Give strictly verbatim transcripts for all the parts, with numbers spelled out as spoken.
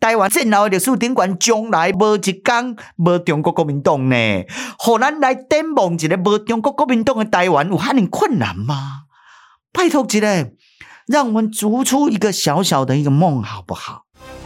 台湾战后的历史顶悬从来无一天无中国国民党呢，互咱来展望一个无中国国民党的台湾有遐尼困难吗？拜托一个，让我们逐出一个小小的一个梦好不好？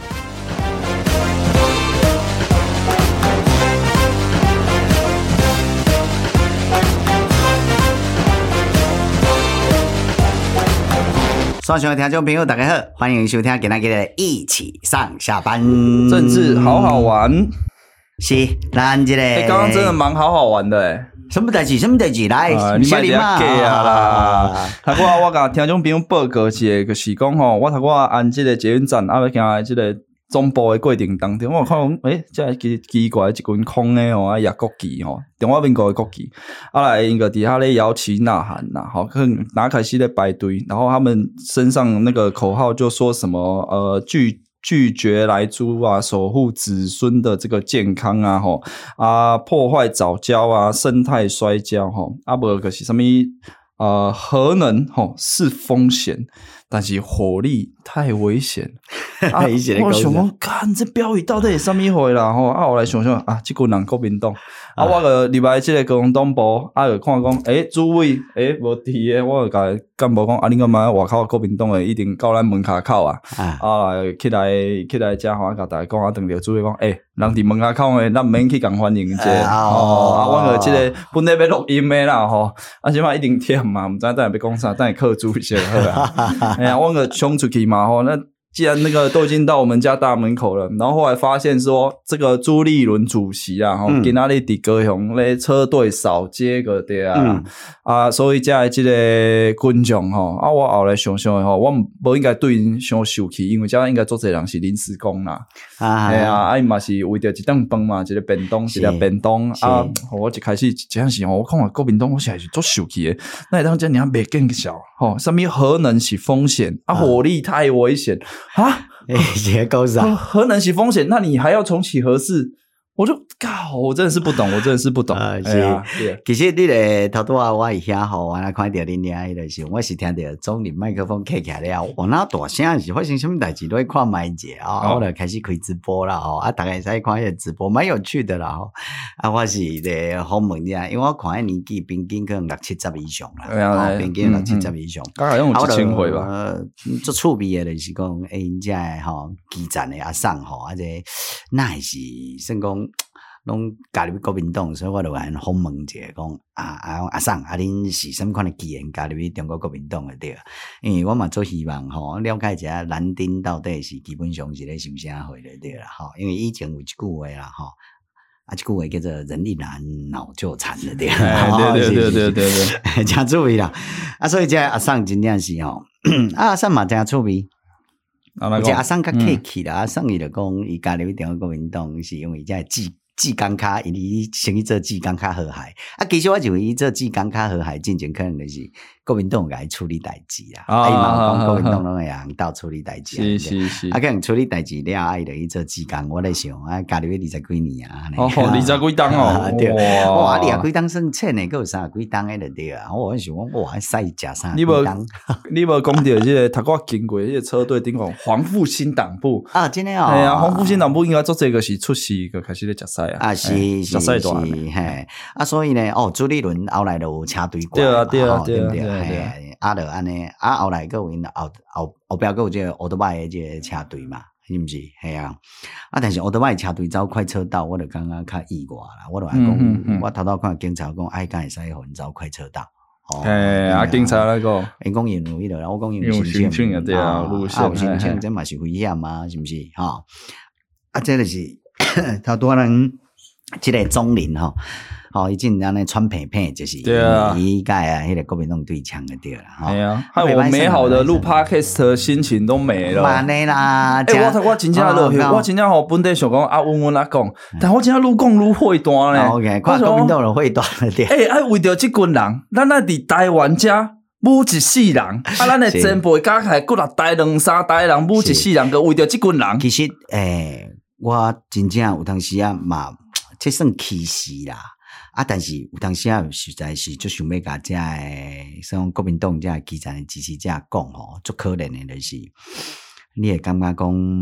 线上的听众朋友大家好，欢迎收听今天的一起上下班， 政治好好玩。 是咱这个欸，刚刚真的蛮好好玩的欸。 什么代志？什么代志？来， 啊、你别假啊啦！头个我甲听众朋友报告一个，就是讲吼，我头个按这个捷运站啊，要行来这个总部的过程当中，我看讲，诶，这奇奇怪一群空的哦，啊，亚国旗吼，中华民国的国旗，啊来因个底下咧摇旗呐喊呐，好，看拿开始咧排队，然后他们身上那个口号就说什么呃拒。拒绝来租啊，守护子孙的这个健康啊，吼啊，破坏藻礁啊，生态衰焦，吼啊，无就是什么呃，核能吼是风险，但是火力太危险。啊，我想讲，看这标语到底是什么回啦？吼啊，我来想想啊，这群人国民党啊，我个入来这个高雄东部啊，就看讲，诶，主委诶无伫诶，我就甲干部讲啊，你干嘛外口国民党诶，一定到咱门口口啊，啊来起来起来遮吼，甲大家讲啊，当着主委讲，诶，人伫门口口诶，咱毋免去共欢迎者，哦，啊，我个这个本来要录音诶啦，吼，啊，即摆一定忝嘛，毋知等下要讲啥，等下客注一下好啊，哎呀，我个冲出去嘛，吼，那。既然那个都已经到我们家大门口了，然后后来发现说这个朱立伦主席啊，吼，今仔日伫高雄咧车队扫街个对啊，嗯、啊，所以才这个群众吼，啊，我后来想想吼，我无应该对因伤受气，因为遮应该做侪人是临时工啦，哎呀，啊，伊嘛是为着一顿饭嘛，一个便当，一个便当啊，我一开始这样时候，我看国民党我实在是做受气诶，那当真你还袂见笑吼，什么核能是风险啊，火力太危险。啊！ 哎、欸，这个啥？ 核能是风险，那你还要重启核四？我就靠，我真的是不懂，我真的是不懂。 呃，是，哎、其实你咧头拄啊，我会遐吼，我来看到恁遐迄个时候，我是听到总理麦克风开起来了，我那大声是发生什么代志？都会看麦者啊，我就开始开直播啦吼，啊，大家在看迄个直播，蛮有趣的啦吼。啊，我是咧访问者，因为我看迄年纪平均可能六七十以上啦， 哎呀， 平均六七十以上， 大概有一千回吧。 呃，最趣味的就是讲，诶，因遮诶吼，基站诶阿送吼，啊这那是算讲。拢加入国民党，所以我就来访问一下，讲啊啊阿送啊，恁是什么款的机缘加入中国国民党的对？因为我嘛做希望吼，了解一下蓝丁到底是基本上是咧想啥货的对啦吼，因为以前有一句话啦吼，啊，这句话叫做人一难脑就残的对啦， 对对对对对对， 真趣味啦！啊，所以这阿送真正是吼，啊阿送嘛真趣味。而且阿送较客气啦，阿送伊就讲伊加入中国国民党是因为这技技工卡，因为伊先去做技工卡和海。啊，其实我认为伊做技工卡和海进前可能就是国民党甲伊处理代志啦，啊伊嘛讲国民党拢会人到处理代志， 是是是， 啊可能处理代志了，啊伊就去做技工，我咧想啊加入二十几年啊， 哦二十几档哦， 对，哇二十几档算浅诶，佫有三十几档诶就对啊，我想讲哇，使食啥？ 你无你无讲到即个头我经过即个车队顶讲黄复兴党部啊，真诶哦， 系啊，黄复兴党部应该做这个是出事个开始咧食屎啊， 啊是是是，嘿，啊所以呢，哦朱立伦后来就有车队过来嘛，对啊对啊对啊，嘿，啊就安尼，啊后来佫有因后后后壁佫有即个奥多麦诶即个车队嘛。是毋是？系啊，啊！但是奥多麦车队走快车道，我就感觉较意外啦。我就爱讲，嗯嗯、我头头看警察讲，哎，敢会使互因走快车道。哦， 诶，啊，警察那个， 因讲因有迄个，我讲因有申请啊，对啊，路线， 啊有申请，这嘛是危险啊，是毋是？哈，啊，这就是头多人，即个总林吼。哦，伊真安尼穿皮皮，就是对啊， 伊甲啊，迄个国民党对枪的对啦。 哎呀，害我美好的录 podcast 的心情都没了。 慢的啦， 哎，我我真正热血，我真正吼本地想讲啊，温温啊讲，但我真正愈讲愈会弹咧。 OK， 看国民党就会弹了对。 哎，哎，为着即群人，咱啊伫台湾遮母一世人，啊，咱的前辈加起来骨力台两三代人，母一世人，个为着即群人。 其实，诶，我真正有当时啊嘛，这算歧视啦。啊，但是有当时啊，实在是就想要甲遮诶，像国民党遮基层诶支持者讲吼，足可怜诶，就是你会感觉讲，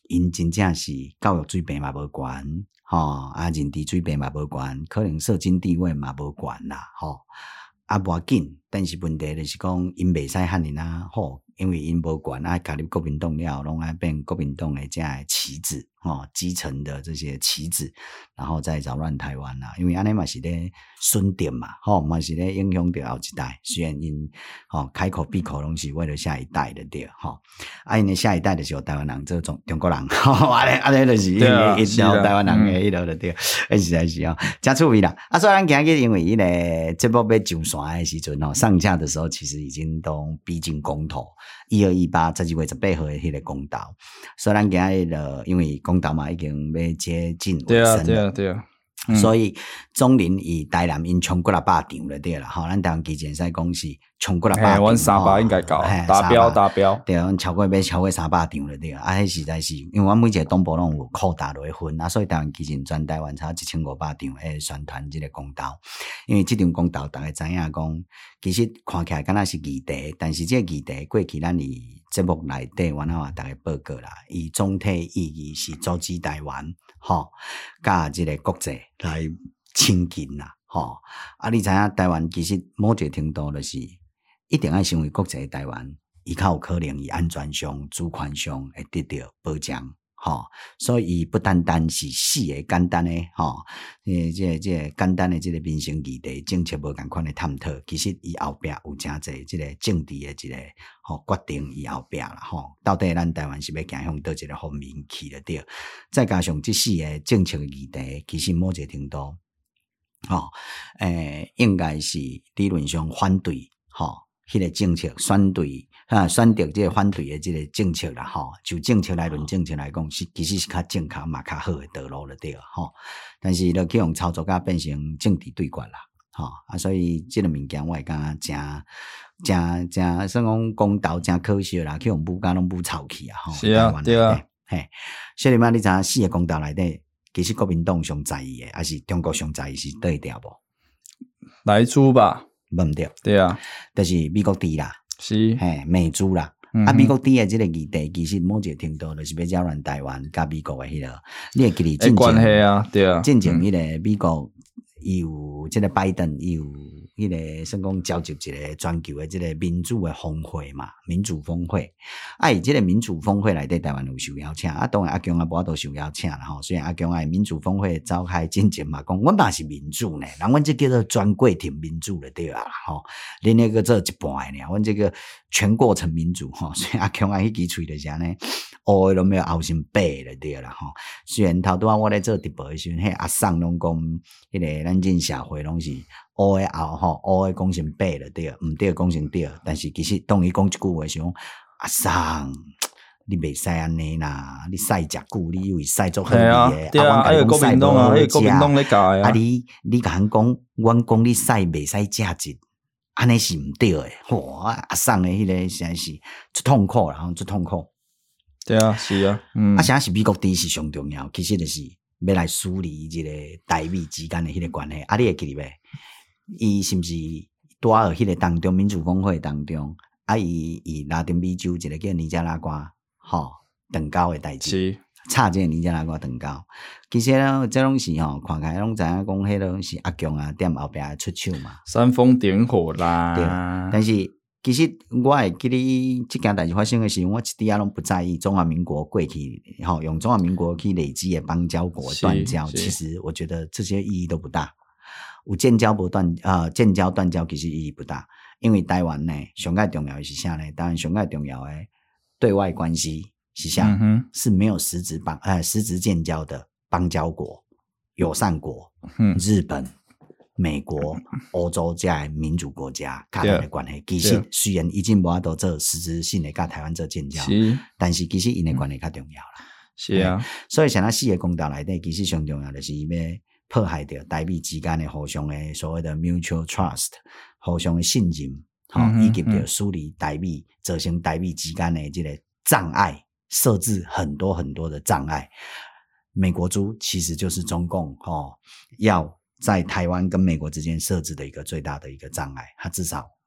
因真正是教育水平嘛无悬，吼啊人治水平嘛无悬，可能社经地位嘛无悬啦，吼啊无要紧，但是问题就是讲因袂使汉人啊好。因为因无悬啊，加入国民党了，拢爱变国民党的这样的棋子哦，基层的这些棋子，然后再扰乱台湾啦。因为安尼嘛是咧损点嘛，吼嘛是咧影响到后一代。虽然因吼开口闭口拢是为了下一代的对吼，啊因的下一代就是有台湾人做中中国人，吼安尼安尼就是因为一条台湾人的迄落就对，哎实在是哦，真趣味啦。啊，所以咱今日因为伊个节目要上线的时阵吼，上架的时候其实已经都逼近公投。一二一八十二月十八号的迄个公投，所以咱今日了，因为公投嘛已经要接近尾声了， 对啊，对啊，对啊。嗯、 所以中林以台南因冲过来霸场了对啦，吼，咱台湾基建赛公司冲过来霸场， 阮三百应该够达标达标， 对，阮超过要超过三百场了对啊，啊，迄实在是，因为阮每一个东部拢有扩大落去分啊，所以台湾基建全台湾差一千五百场诶宣传即个公投，因为即场公投大家知影讲，其实看起来敢若是议题，但是即个议题过去咱伫节目内底，阮也大家报告啦，伊总体意义是组织台湾。吼，甲即个国际来亲近啦，吼啊！你知影台湾其实某一个程度就是一定要成为国际的台湾，伊较有可能伊安全上、主权上会得到保障，吼。所以伊不单单是四个简单的吼，诶，即个即个简单的即个民生议题政策无共款的探讨，其实伊后壁有诚侪即个政治的即个吼决定伊后壁啦，吼，到底咱台湾是要行向倒一个方面去了对？再加上即四个政策议题，其实某一个程度，吼，诶，应该是理论上反对，吼，迄个政策选对。啊，选择即个反对的即个政策啦，吼，就政策来论政策来讲，是其实是较正确嘛较好的道路了对，吼。但是就去用操作甲变成政治对决啦，吼啊，所以即个物件我会感觉真真真算讲公道真可惜啦，去用武甲拢武臭去啊，吼。 是啊，对啊。 嘿，小林妈，你知影四个公道内底，其实国民党上在意的，还是中国上在意是对调无？ 莱猪吧？ 无毋对。 对啊， 就是美国猪啦。 是， 嘿，美猪啦，嗯、啊，美国猪的即个议题，其实某一个程度就是要扰乱台湾甲美国的迄、那个，你会记哩进前， 啊，对啊， 进前迄个美国伊有即个拜登，伊有迄个算讲召集一个全球的即个民主的峰会嘛，民主峰会。啊，伊即个民主峰会内底台湾有受邀请，啊，当然阿强啊无法度受邀请啦吼。虽然阿强啊民主峰会召开进前嘛，讲阮嘛是民主呢，人阮这叫做全过程民主了对啊吼，恁那个做一半的呢，阮这个全过程民主吼。所以阿强啊迄支喙就是安尼，乌的都没有后心白了对啦吼。虽然头拄仔我咧做直播的时阵，迄阿送拢讲迄个咱进社会拢是。乌的后吼，乌的讲成白了对，毋对讲成对，但是其实当伊讲一句话是讲阿桑，你袂使安尼啦，你晒食久，你以为晒足好味诶， 对啊，还有国民党啊，还有国民党咧教诶， 啊你你甲人讲，阮讲你晒袂使食质，安尼是毋对诶，哇，阿桑诶迄个实在是最痛苦啦，吼，最痛苦。 对啊，是啊，嗯， 啊，啥是美国第一是上重要，其实就是要来梳理即个台美之间诶迄个关系，啊，你会记哩袂？伊是毋是拄喺迄个当中民主峰会当中，啊伊伊拉丁美洲一个叫尼加拉瓜，吼，断交诶代志，插即个尼加拉瓜断交。其实呢，这拢是吼，看起来拢知影讲，迄拢是阿强啊，踮后壁出手嘛， 煽风点火啦。 对，但是其实我会记哩，即件代志发生诶时候，我一点仔拢不在意中华民国过去，吼，用中华民国去累积诶邦交国断交，其实我觉得这些意义都不大。有建交无断呃建交断交其实意义不大，因为台湾呢上个重要的是啥呢？当然上个重要的对外关系是啥？嗯、是没有实质邦呃实质建交的邦交国、友善国，嗯、日本、美国、欧洲这些民主国家甲台湾的关系，其实虽然已经无法度做实质性的甲台湾做建交，但是其实因的关系较重要啦。 是啊， 所以像咱四个公投内底，其实上重要的是要破坏掉台美之间的互相的所谓的 mutual trust， 互相的信任，吼、嗯，以及着梳理台美，造成台美之间的这个障碍，设置很多很多的障碍。美国猪其实就是中共吼、哦、要在台湾跟美国之间设置的一个最大的一个障碍，它至少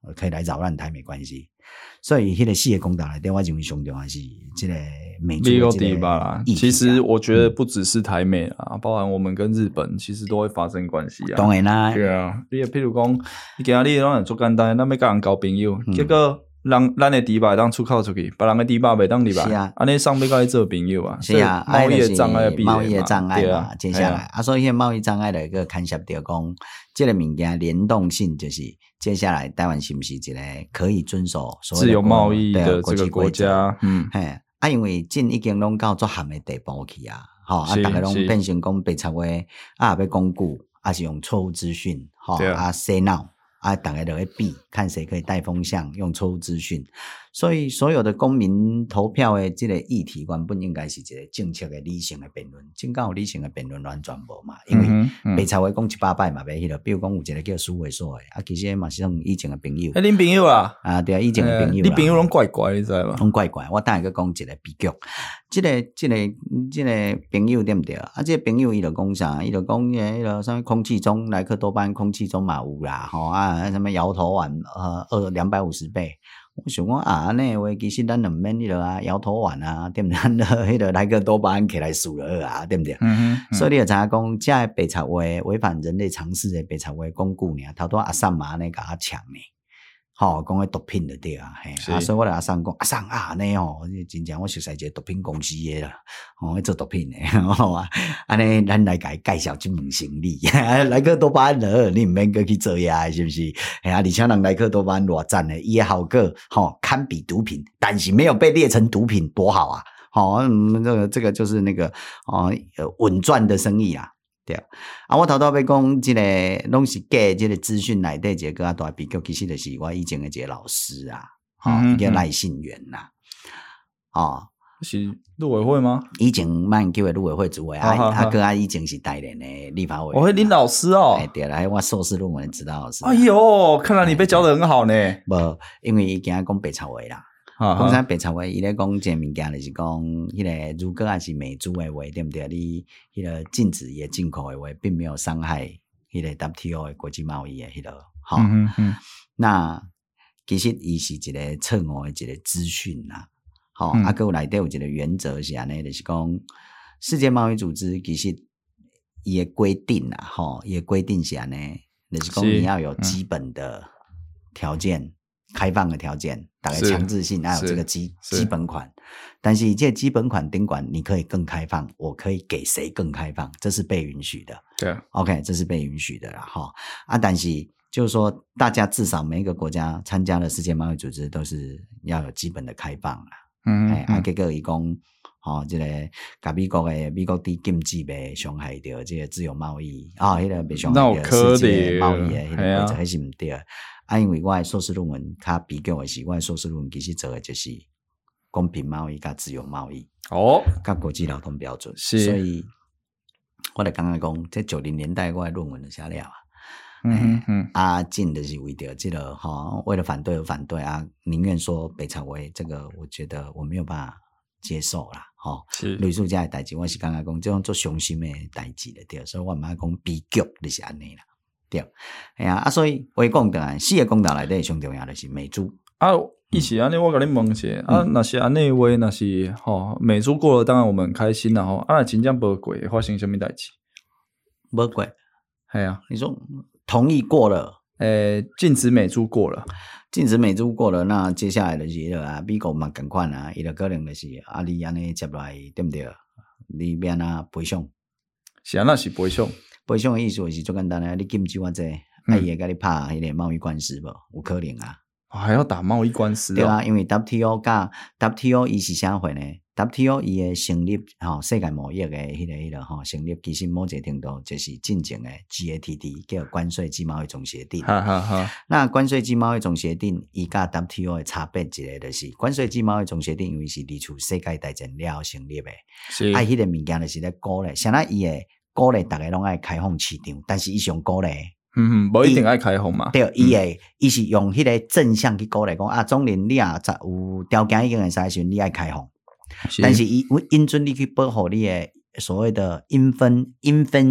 可以来扰乱台美关系。所以，迄个四个公投内底，我认为上重要是这个美中的这个啦。 议题啊。 其实我觉得不只是台美啊，嗯、包含我们跟日本，其实都会发生关系啊。 当然啦， 对啊，你譬如讲，你今仔日拢做简单，咱要甲人交朋友，嗯、结果人咱的猪肉当出口出去，别人的猪肉袂当入来，是啊，安尼上要甲伊做朋友啊。 是啊， 贸易的障碍， 贸易的障碍嘛， 啊、 接下来啊，所以迄贸易障碍的一个牵涉到讲，这个物件联动性就是。接下来，台湾是不是一个可以遵守所谓的自由贸易的这个国家？ 嗯，嘿，啊，因为进已经拢到作咸的地步去啊，吼，啊，大家拢变成讲白贼话，啊，要讲久，啊是用错误资讯，吼，啊，洗脑，啊，大家都会比，看谁可以带风向，用错误资讯。所以，所有的公民投票的这个议题，原本应该是一个正确的、理性的辩论，真够有理性的辩论完全无嘛？因为白贼话讲一百摆嘛，袂迄落。比如讲有一个叫苏伟硕的，啊，其實嘛是種以前的朋友。 誒，恁朋友啦？ 啊，對啊，以前的朋友。 你朋友攏怪怪，你知無？ 攏怪怪。我等下去講一個比較，即、這個、即、這個、即、這個朋友對毋對？啊，即、這個朋友伊就講啥？伊就講誒，迄個啥物空氣中萊克多巴胺空氣中嘛有啦，吼啊，什麼搖頭丸呃二兩百五十倍。我想講啊，安尼話其實咱就唔免迄落啊，搖頭丸啊，對毋對？咱迄個萊克多巴胺起來數了啊，對毋對？嗯嗯。所以你就知影講，這個白賊話違反人類常識的白賊話講久爾，頭拄阿桑嘛安尼甲我搶呢，吼講個毒品就對啊，嘿，啊，所以我就阿桑講，阿桑啊，安尼吼，真正我熟悉一個毒品公司的啦，吼，做毒品的，吼啊，安尼咱來甲伊介紹這門生理，萊克多巴胺了，你唔免擱去做呀，是不是？哎呀，而且人萊克多巴胺偌讚呢，伊的效果吼堪比毒品，但是沒有被列成毒品，多好啊！好、嗯，這個這個就是那個哦，穩賺的生意啊。對啊，我頭頭要講這個攏是假這個資訊內底一個較大比較，其實就是我以前的一個老師啊，吼、哦，叫賴信元吶，哦， 是陸委會嗎？ 以前蠻叫的陸委會主委啊，啊哥啊以前是台聯的立法委員。 哦，恁老師哦， 哎對啦，我碩士論文指導老師。 哎呦，看來你被教得很好呢。 無，因為伊今仔講白賊話啦。講啥白賊話，伊咧講一個物件就是講，迄個如果也是美豬的話，對不對？你迄個禁止伊進口的話，並沒有傷害迄個 W T O 的國際貿易的迄、那個，吼、嗯嗯。那其實伊是一個錯誤的一個資訊啦，吼、嗯。啊，擱有內底有一個原則是安尼，就是講世界貿易組織其實伊的規定啦，吼，伊的規定是安尼，就是講你要有基本的條件。嗯開放的條件，大概強制性，還有這個基基本款，但是這基本款頂管你可以更開放，我可以給誰更開放，這是被允許的。 對 ，OK， 這是被允許的啦，哈啊，但是就是說，大家至少每一個國家參加了世界貿易組織，都是要有基本的開放啦。嗯，哎、嗯，啊，結果伊講，吼，這個甲美國的美國啲禁止袂傷害到這個自由貿易，啊、哦，迄、那個袂傷害到世界貿易的迄個規則，還是唔對。啊，因為我的碩士論文較比較的是，我的碩士論文其實做的就是公平貿易甲自由貿易哦，甲國際勞動標準，所以我就剛剛講，在九零年代我的論文就寫了啊，嗯嗯，嗯啊，進就是為了這個哈、哦，為了反對而反對啊，寧願說白賊話，這個我覺得我沒有辦法接受啦，哈、哦，是類似這樣的代誌，我是剛剛講這種做傷心的代誌的對，所以我唔愛講比較就是安尼啦。對，係啊，啊，所以話講倒來，四個公投內底上重要的是美豬啊。一起安尼，我甲你問一下、嗯、啊，若是安尼話，若是吼美豬過了，當然我們很開心啦吼。啊，若真正無過，會發生什麼代誌？ 無過， 係啊， 你說同意過了， 誒、欸，禁止美豬過了， 禁止美豬過了，那接下來就是啊，美國嘛同款啊，伊就可能就是啊，你安尼接來對唔對？你要安怎賠償？ 是啊，那是賠償。 賠償的意思就是最簡單的，你禁止我這，啊伊會甲你拍迄個貿易官司無？有可能啊， 還要打貿易官司、哦？ 對啊，因為 W T O 甲 W T O 伊是啥貨呢 ？W T O 伊的成立吼、哦，世界貿易的迄、那個迄、那個吼、哦、成立，其實某一個程度就是進前的 G A T T 叫關稅及貿易總協定。哈哈哈。那關稅及貿易總協定伊甲 W T O 的差別一個就是關稅及貿易總協定，因為是佇厝世界大戰了後成立的，是啊，迄個物件就是咧鼓勵，像咱伊的。鼓勵大家攏愛開放市場，但是伊上鼓勵， 嗯嗯，無一定愛開放嘛。 對，伊個伊是用迄個正向去鼓勵，講啊，總然你啊，有條件已經會使時，你愛開放，是但是伊因準你去保護你的所謂的 infant infant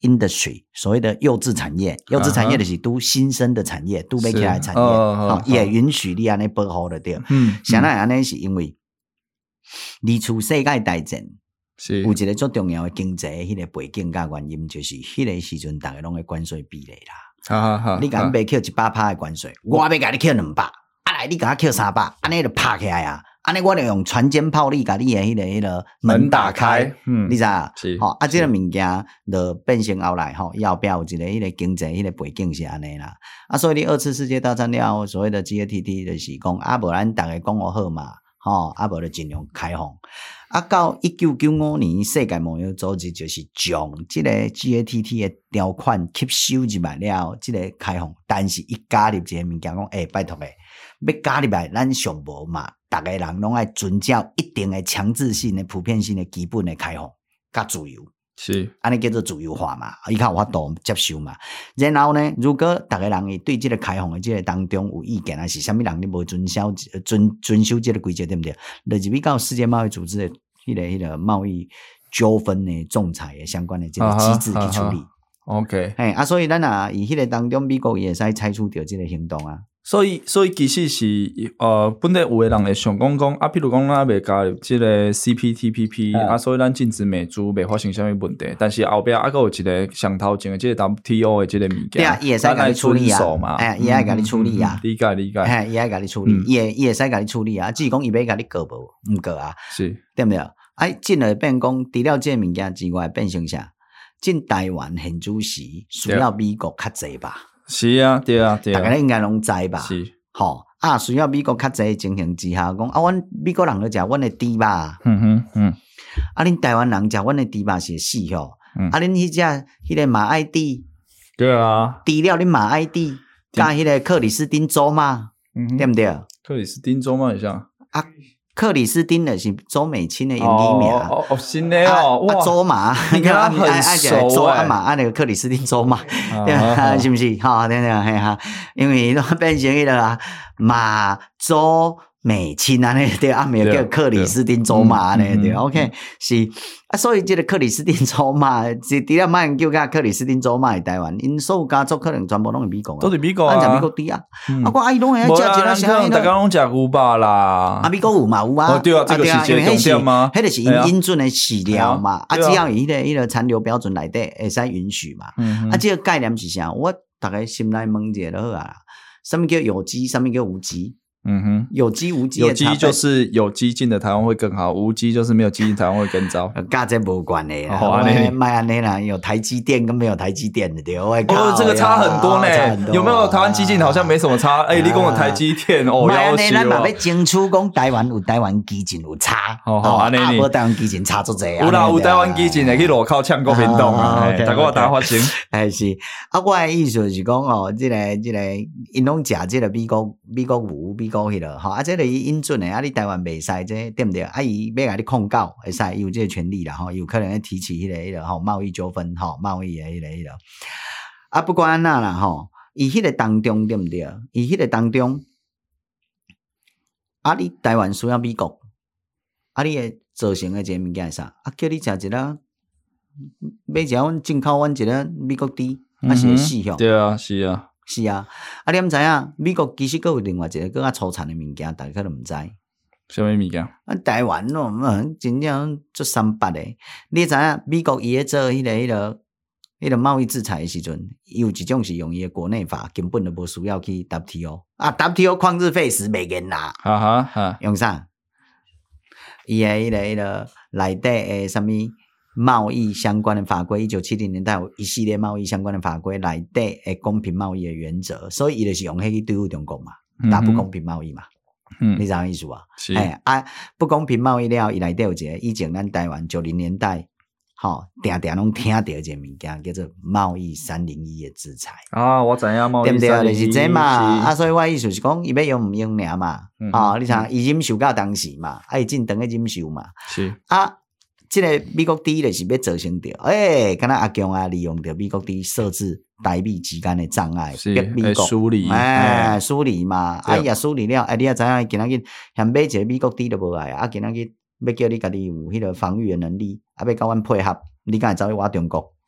industry， 所谓的幼稚产业，幼稚产业就是都新生的产业，都要起来的产业，哦，也允许你安尼保护的对。嗯，现在安尼是因为二次世界大战。有一个最重要的经济迄个背景甲原因，就是迄个时阵大家拢会关税比例啦。啊啊、你甲别扣一百趴的关税，我要甲你扣两百，啊来你甲我扣三百，安尼就拍起来啊！安尼我就用船坚炮利，甲你的迄、那个迄、那个门打开，嗯，你知啊？是，吼、哦、啊，这个物件就变成后来吼，要不要有一个迄个经济迄个背景是安尼啦？啊，所以你二次世界大战了后，所谓的 G A T T 就是讲，啊，无咱大家讲好好嘛。吼、哦，啊无就尽量开放。啊，到一九九五年世界贸易组织就是将即个 G A T T 的条款吸收入来了，即、这个开放，但是一加入一个物件讲，诶、欸，拜托诶，要加入来，咱上无嘛，逐个人拢爱遵照一定的强制性的、普遍性的基本的开放，甲自由。是，安尼叫做自由化嘛，伊较有法度接受嘛。然后呢，如果逐个人对这个开放的这个当中有意见，还是啥物人你无遵守遵遵守这个规则，对不对？就是比较世界贸易组织的迄、那个迄、那个贸易纠纷的仲裁的相关的这个机制去处理。Uh-huh, uh-huh. OK， 嘿啊，所以咱啊，以迄个当中，美国也会使采取着这个行动啊。 所以，所以其实是呃，本地有的人会想讲讲啊，譬如讲咱未加入这个 C P T P P、嗯、啊，所以咱禁止美猪未发生啥物问题。但是后壁啊，还有一个上头前的这个 W T O 的这个物件， 对啊，伊会使甲你处理啊，哎，伊会甲你处理啊， 理解理解， 哎，伊会甲你处理，伊会伊会使甲你处理啊。至于讲伊要甲你告无，毋告啊，是对毋对？哎，进来变讲，除了这个物件之外，变成啥？进台湾现主时需要美国较济吧？ 是啊，对啊，对啊， 大家应该拢知吧？是，吼、哦、啊，需要美国较济情形之下，讲啊，阮美国人咧食阮的猪肉，嗯哼嗯，啊，恁台湾人食阮的猪肉是死吼、嗯，啊，恁迄只迄個馬愛豬， 對啊， 除了恁馬愛豬，加迄個克里斯汀州嘛，嗯、對不對？ 克里斯汀州嘛，像啊。克里斯汀的是周美青的演艺名啊， 哦哦，新的哦， 哇，周马， 你跟他很熟周啊马啊，那个克里斯汀周马，对吧？是不是？哈，对对嘿哈，因为都变成迄个马周美青啊，那对啊，没有叫克里斯汀周马呢，对 ，OK， 是啊，所以这个克里斯汀周马，是除了马人叫个克里斯汀周马的台湾，因所有家族可能全部拢是美国， 都是美国啊， 咱食美国猪啊，啊，我阿姨拢会食一个啥？ 大家拢食牛肉啦， 啊，美国有嘛有啊， 哦对啊，这个是重点吗？ 迄个是因因准的饲料嘛，啊，只要伊迄个迄个残留标准内底会使允许嘛，啊，这个概念是啥？我大概心内问一下就好啊，什么叫有机，什么叫无机？嗯哼，有机无机， 有机就是有机进的台湾会更好，无机就是没有机进台湾会更糟。 跟这无关的啦，哦，卖安尼啦，有台积电跟没有台积电的对。哦， 这个差很多呢，有没有台湾基进好像没什么差。哎，你讲的台积电哦， 要死哦。咱嘛要争取讲台湾有台湾基进有差，哦，啊，无台湾基进差足济啊。 有啦，有台湾基进的去路口抢国民党啊，大家大发声。 哎是，啊，我的意思是讲哦，这个这个因拢食这个美国美国牛美。讲迄落吼，啊，这个伊因准诶，啊，你台湾袂使这对毋对？啊，伊要甲你控告，会使有这个权利啦吼，有可能会提起迄个迄个吼贸易纠纷吼，贸易诶迄个迄个。啊，不管安那啦吼，伊迄个当中对毋对？伊迄个当中，啊，你台湾需要美国，啊，你会造成诶一个物件是啥？啊，叫你食一个，买食阮进口阮一个美国猪，啊是会死吼。 对啊，是啊。 是啊，啊你毋知影，美国其实佫有另外一个更较粗残的物件，大家可能毋知。 什么物件？ 啊，台湾咯，嗯，真正做三八的。你知影，美国伊咧做迄、那个、迄、那个、迄个贸易制裁的时阵，有一种是用伊的国内法，根本就无需要去 W T O 啊 ，W T O 旷日费时袂严啦。哈哈哈，用啥？伊的迄、那个、迄、那个内底诶，啥物？贸易相关的法规，一九七零年代有一系列贸易相关的法规内底诶公平贸易的原则，所以伊就是用迄个对付中国嘛，打不公平贸易嘛，嗯，你知影意思啊？是哎啊，不公平贸易了，伊内底有一个以前咱台湾九零年代，吼，定定拢听到一个物件叫做贸易三零一的制裁啊，我知影贸易三零一， 对不对？就是这嘛，啊，所以我意思是讲，伊要用毋用尔嘛，嗯、啊，你睇伊忍受到当时嘛，啊，伊正当个忍受嘛，是啊。这个美国猪就是要造成着，诶，敢若阿强啊，利用着美国猪设置台美之间的障碍， 逼美国疏离， 哎，疏离嘛，啊，伊也疏离了，哎，你也知影，今仔日想买一个美国猪都无爱啊，今仔日要叫你家己有迄个防御的能力，啊，要甲阮配合，你敢会走去挖中国？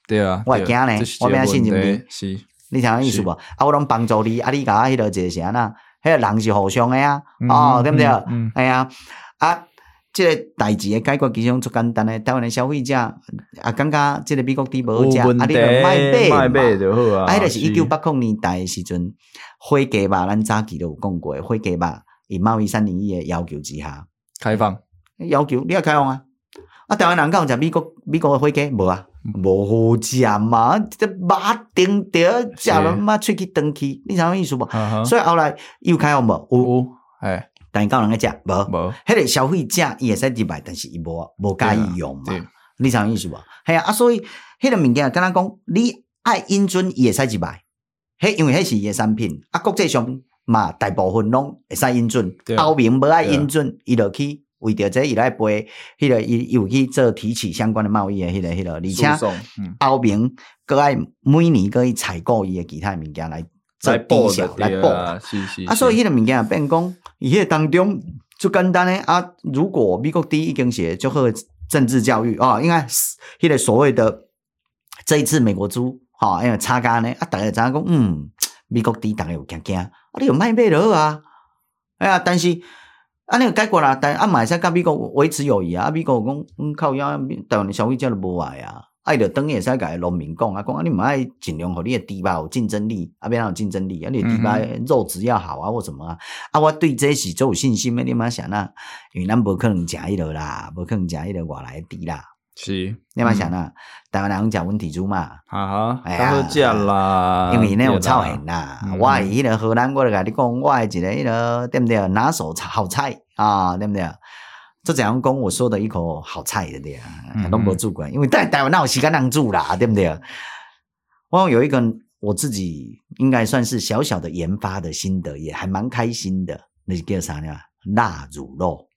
对啊， 我会惊呢，我变信任你， 是， 你听意思无？啊，我拢帮助你，啊，你甲我迄个一个是安那，迄个人是互相的啊，哦，对不对？哎呀，啊。即个代志的解决其实足简单诶，台湾的消费者啊，感觉即个美国猪无好食，啊，你著卖买买就好啊。 啊，迄个是一九八零年代诶时阵，火鸡肉咱早期都有讲过，火鸡肉以贸易三零一诶要求之下开放， 要求你要开放啊。啊，台湾人敢有食美国美国诶火鸡无啊？无好食嘛，这肉顶着食了嘛，喙齿长去，你知影意思无？所以后来又开放无？有， 哎。 但是够人去食无？ 无， 迄个消费者伊会使入来，但是伊无无介意用嘛？你知影意思无？系啊，啊，所以迄个物件敢若讲，你爱引准伊会使入来，迄因为迄是伊诶产品，啊，国际上嘛大部分拢会使引准，欧盟无爱引准，伊就去为着这伊来背，迄个伊有去做提起相关的贸易诶，迄个迄个，而且欧盟搁爱每年搁去采购伊诶其他物件来。来报来报啊！啊，所以迄个物件变讲，伊迄个当中就简单诶啊。如果美国第一已经是足好诶政治教育啊，应该迄个所谓的这一次美国猪哈，因为差价呢啊，大家知影讲，嗯，美国猪大家有惊惊，啊，你有卖买就好啊。哎呀，但是啊，你有解决啦，但啊，嘛会使甲美国维持友谊啊。啊，美国讲，嗯，靠腰，台湾的消费者都无爱啊。啊，就等于会使甲农民讲啊，讲啊，你毋爱尽量互你的猪肉有竞争力，啊，变哪有竞争力啊？你的猪肉肉质要好啊，或什么啊？啊，我对这是足有信心的。你嘛想啊，因为咱无可能食迄落啦，无可能食迄落外来的猪啦。 是， 你嘛想啊，台湾人食温体猪嘛， 哈哈，当然食啦， 因为那有臭咸啦。我迄个荷兰，我就甲你讲，我一个迄个对不对？拿手好菜啊，对不对？这怎样讲？我说的一口好菜的对啊，都没煮过，因为在台湾那有时间能煮啦，对不对？我有一个我自己应该算是小小的研发的心得，也还蛮开心的。那是叫啥呢？辣乳肉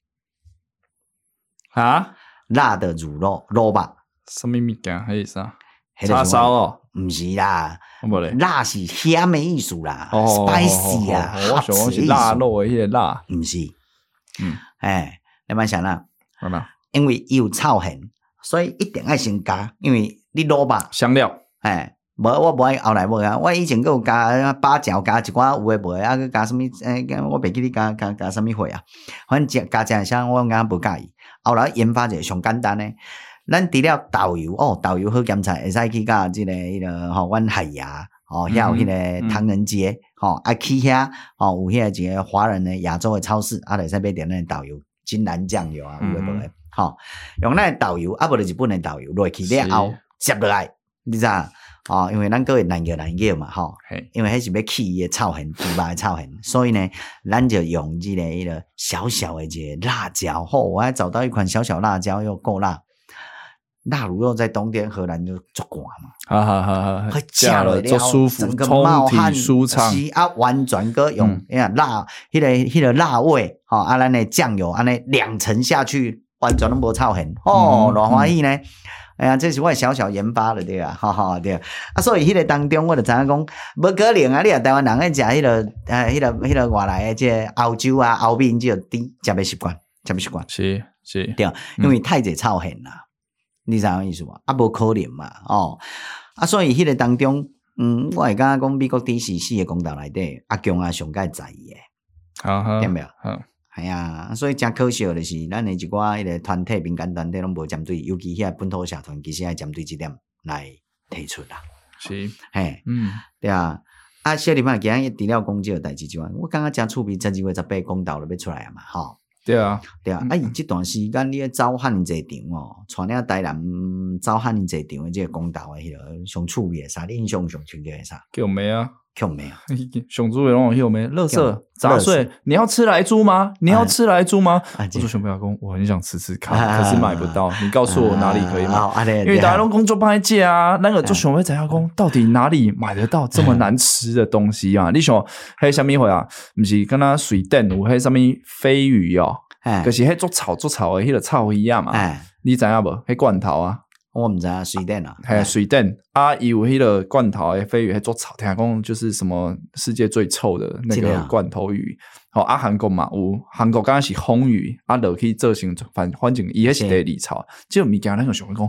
啊， 辣的乳肉肉吧？ 什么物件？还是啥？叉烧哦？ 不是啦， 无咧， 辣是咸的意思啦、 哦、 ，spicy 啊， 我想讲是腊肉的迄个辣， 不是，嗯，哎。你莫想啦，因为伊有臭咸，所以一定爱先加，因为你卤肉香料， 哎，无我无爱后来无啊，我以前佫有加八角，加一寡有诶无诶，啊佫加什么？诶、欸，我袂记你加加加什么货啊？反正加加啥，我硬无介意。后来研发一个上简单诶，咱除了豆油哦，豆油好咸菜，会使去甲即个迄个吼，阮海牙哦，遐有迄个唐人街吼，啊去遐哦，有遐一个华人诶亚洲诶超市，啊，会使买点那豆油。金兰酱油啊，有诶无诶，吼，用咱豆油，啊无就日本诶豆油落去了后，接落来，你知影？哦，因为咱各位难叫难叫嘛，吼，因为迄是要去伊诶臭咸，猪肉诶臭咸，所以呢，咱就用即个迄个小小诶一个辣椒，吼，我还找到一款小小辣椒又够辣。腊乳肉在冬天荷兰就足寒嘛， 哈哈哈哈， 会加了足舒服，冲体舒畅， 啊，完全个用，你看辣，迄个迄个辣味，吼，啊，咱的酱油安尼两层下去，完全都无臭咸，哦，偌欢喜呢。哎呀，这是我小小研发的对啊，哈哈对啊，啊，所以迄个当中我就知影讲，无可能啊，你啊台湾人爱食迄个，呃，迄个迄个外来的即个欧洲啊、欧美即个猪食袂习惯，食袂习惯， 是是， 对，因为太济臭咸啦。你知影意思无？啊，无可能嘛，哦，啊，所以迄个当中，嗯，我会感觉讲美国D C四个公道内底，阿强啊上介在意诶， 好好， 对没有？好，系啊，所以真可惜的是，咱诶一寡迄个团体、民间团体拢无针对，尤其遐本土社团，其实爱针对即点来提出啦。 是， 嘿， 嗯， 对啊，啊，小林嘛，今日除了讲即个代志之外，我感觉真趣味，十二月十八公道就要出来啊嘛，吼。 对啊， 对啊，啊！伊即段时间你咧走汉济场哦，带领台南走汉济场的即个公道的迄个上趣味的啥？你印象上趣味的啥？ 叫咩啊？ 叫咩啊？ 上主要拢有咩？垃圾杂碎，你要吃来猪吗？你要吃来猪吗？我说熊朋友讲，我很想吃吃看，可是买不到。你告诉我哪里可以买？因为大家拢工作帮借啊，那个做熊朋友要讲，到底哪里买得到这么难吃的东西啊？你想迄什么货啊？不是跟他水蛋有迄什么飞鱼哦？可是迄做炒做炒的迄个臭鱼啊嘛，你知影无？迄罐头啊， 我唔知啊，水蛋啊， 嘿，水蛋啊，伊有迄个罐头的飞鱼，迄做炒，听讲就是什么世界最臭的那个罐头鱼。好啊，韩国嘛有，韩国刚刚是红鱼，啊落去做成反反正伊迄是第二炒，即个物件咱个想讲，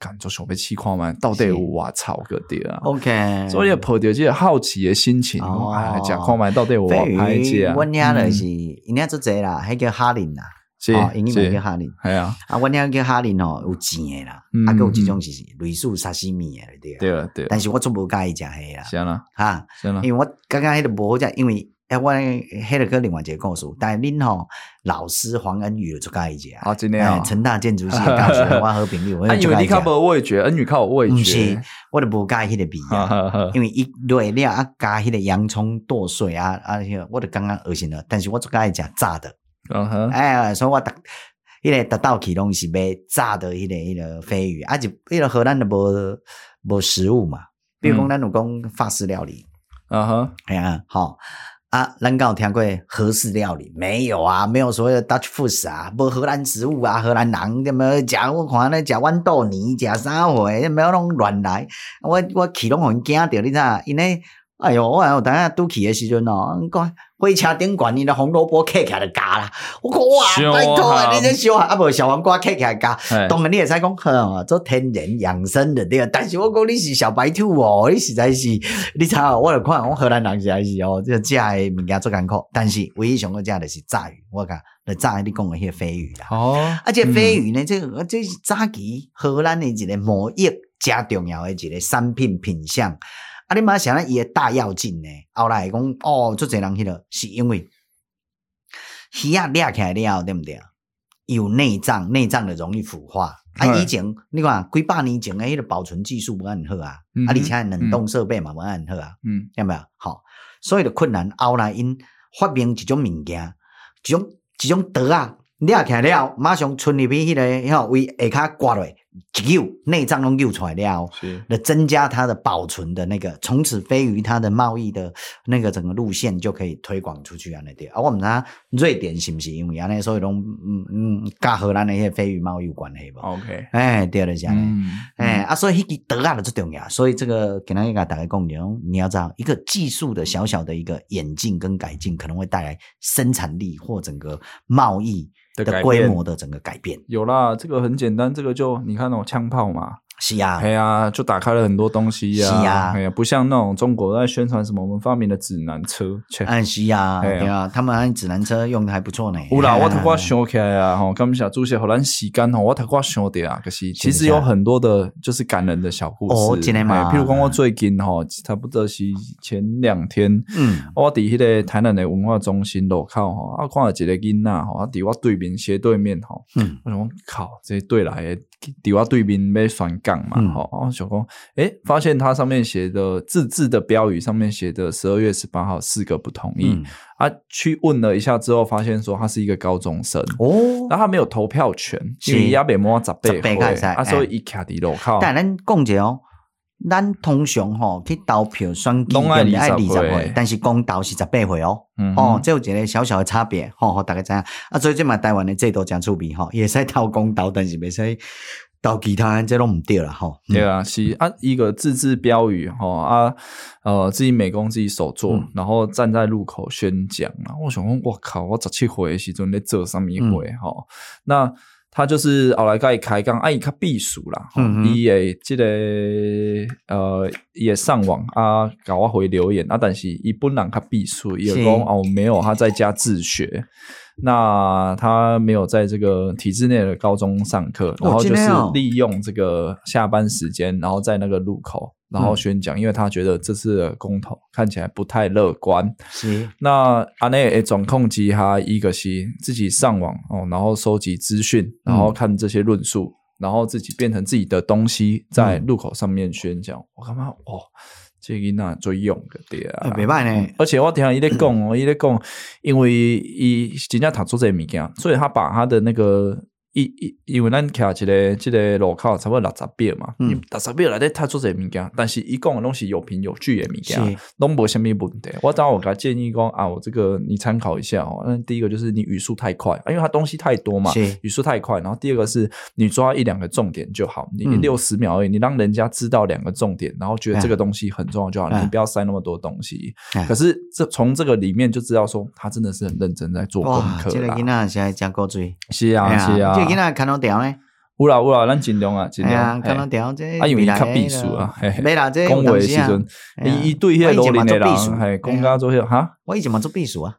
干就想要试看卖到底有偌臭个对啊。 OK， 所以抱着这个好奇的心情， 哦哎，食看卖到底有偌歹食啊。 阮遐就是因遐做侪啦，迄叫哈林啦。 是， 哦，英文叫哈林， 系啊， 啊，阮遐叫哈林吼，有钱诶啦，啊，佮有即种是类似沙西米诶，对对了对。 但是我足无介意食迄啦， 是啦， 哈， 是啦， 因为我感觉迄个无好食，因为诶，我迄个个另外一个故事，但是恁吼老师黄恩宇就介意食， 啊，真诶哦， 成大建筑系诶教授，我好朋友， 啊，因为你较无味觉，恩宇较有味觉， 毋是，我就无介意迄个味啊，因为伊落了啊，加迄个洋葱剁碎啊啊，我就感觉恶心了，但是我足介意食炸的， 嗯哼， 哎，所以我逐迄个逐道去拢是买炸的迄个迄个鲱鱼，啊，就迄个荷兰的无无食物嘛，比如讲咱有讲法式料理， 嗯哼， 哎呀，好啊，咱敢有听过荷式料理？没有啊，没有所谓的 Dutch food 啊，无荷兰食物啊，荷兰人有没有食？我看咧食豌豆泥，食啥货？没有拢乱来，我我去拢互因惊着，你知影？因为哎哟，我有当下拄去的时阵哦，讲火车顶悬伊的红萝卜刻起来就加啦，我讲哇，拜托啊，你这小啊无小黄瓜刻起来加，当然你会使讲呵，做天然养生的对，但是我讲你是小白兔哦，你实在是，你知道我就看我荷兰人实在是哦，这个食的物件做艰苦，但是唯一上好食的是炸鱼，我讲，就炸你讲的迄个鲱鱼啦，哦，而且鲱鱼呢，这个这是早期荷兰的一个贸易加重要的一个产品品项。啊！你妈想咧伊诶大跃进呢？后来讲哦，足侪人迄个是因为鱼啊掠起来了，对不对？有内脏，内脏的容易腐化。啊，以前你看几百年前诶，迄个保存技术无很好啊，嗯、啊，而且冷冻设备嘛无很好啊，嗯，有没有？好，所以就困难。后来因发明一种物件，一种一种刀啊，掠起来了，马上存入去迄个迄位下骹刮落。一揪内脏都揪出来了，是的，增加它的保存的那个，从此鲱鱼它的贸易的那个整个路线就可以推广出去啊那对啊，我唔知瑞典是不是因为安尼，所以拢嗯嗯，甲荷兰的迄个鲱鱼贸易有关系无 ？OK， 哎，对了，这样嗯，哎啊，所以迄个刀啊就最重要，所以这个给大家大概讲讲，你要知道一个技术的小小的一个演进跟改进，可能会带来生产力或整个贸易的规模的整个改变。 有啦，这个很简单，这个就你看那种枪炮嘛， 是啊， 哎呀，就打开了很多东西呀、啊， 是啊， 哎呀，不像那种中国在宣传什么我们发明的指南车， 嗯，是啊，对啊，他们指南车用的还不错呢。 有啦，我头我想起来啊，吼，感谢主席互咱时间吼，我头我想到啊，可是其实有很多的，就是感人的小故事。 哦，真的吗？ 譬如讲，我最近吼，差不多是前两天，嗯，我伫迄个台南的文化中心路口吼，啊，看到一个囡仔吼，啊，伫我对面斜对面吼，嗯，我想靠，这对来的，伫我对面要选港嘛，吼、嗯。想说，诶，发现它上面写的字字的标语上面写的十二月十八号四个不同意、嗯、啊，去问了一下之后，发现说他是一个高中生哦，那他没有投票权，因为也没满十八岁啊，所以伊徛伫路口。 但咱讲者哦，咱通常吼去投票选举爱二十岁，但是公投是十八岁哦，嗯、哦，这有一个小小的差别，吼、哦，大家知影啊，所以这嘛台湾的制度真趣味吼，也使投公投，但是袂使。到其他人这都唔对了哈， 对啊，是啊，一个自制标语哈啊，呃，自己美工自己手做，嗯、然后站在路口宣讲啊。我想说，我靠，我十七岁的时阵在做什么会哈？嗯、那他就是后来甲伊开讲，啊，伊较避暑啦，伊也这个呃也上网啊，甲我回留言啊，但是伊本人较避暑，伊讲哦没有，他在家自学。那他没有在这个体制内的高中上课，然后就是利用这个下班时间，然后在那个路口，然后宣讲，嗯、因为他觉得这次的公投看起来不太乐观。是，那安内诶总控机他一个是自己上网哦，然后收集资讯，然后看这些论述，嗯、然后自己变成自己的东西，在路口上面宣讲。嗯、我感觉哦。这个囡仔最勇的对啊， 袂歹呢。 而且我听伊咧讲哦，伊咧讲，因为伊真正读做这个物件，所以他把他的那个。因因为咱徛一个这个路口差不多六十秒嘛，嗯、六十秒内底他做这个物件，但是伊讲的拢是有凭有据的物件，拢无什么问题。我当然我给他建议讲啊，我这个你参考一下哦。那第一个就是你语速太快，啊、因为它东西太多嘛，语速太快。然后第二个是你抓一两个重点就好，你六十秒而已，你让人家知道两个重点，然后觉得这个东西很重要就好，嗯、你不要塞那么多东西。嗯、可是这从这个里面就知道说，他真的是很认真在做功课啦。 这个囡仔现在真够追， 是啊，是啊。 囡仔看到条呢？ 有啦有啦，咱尽量啊，尽量。 敢若条这啊，因为伊较避暑啊， 没啦，这讲话的时阵，伊伊对迄个罗林的人，嘿，讲甲做迄哈。 我以前嘛做避暑啊。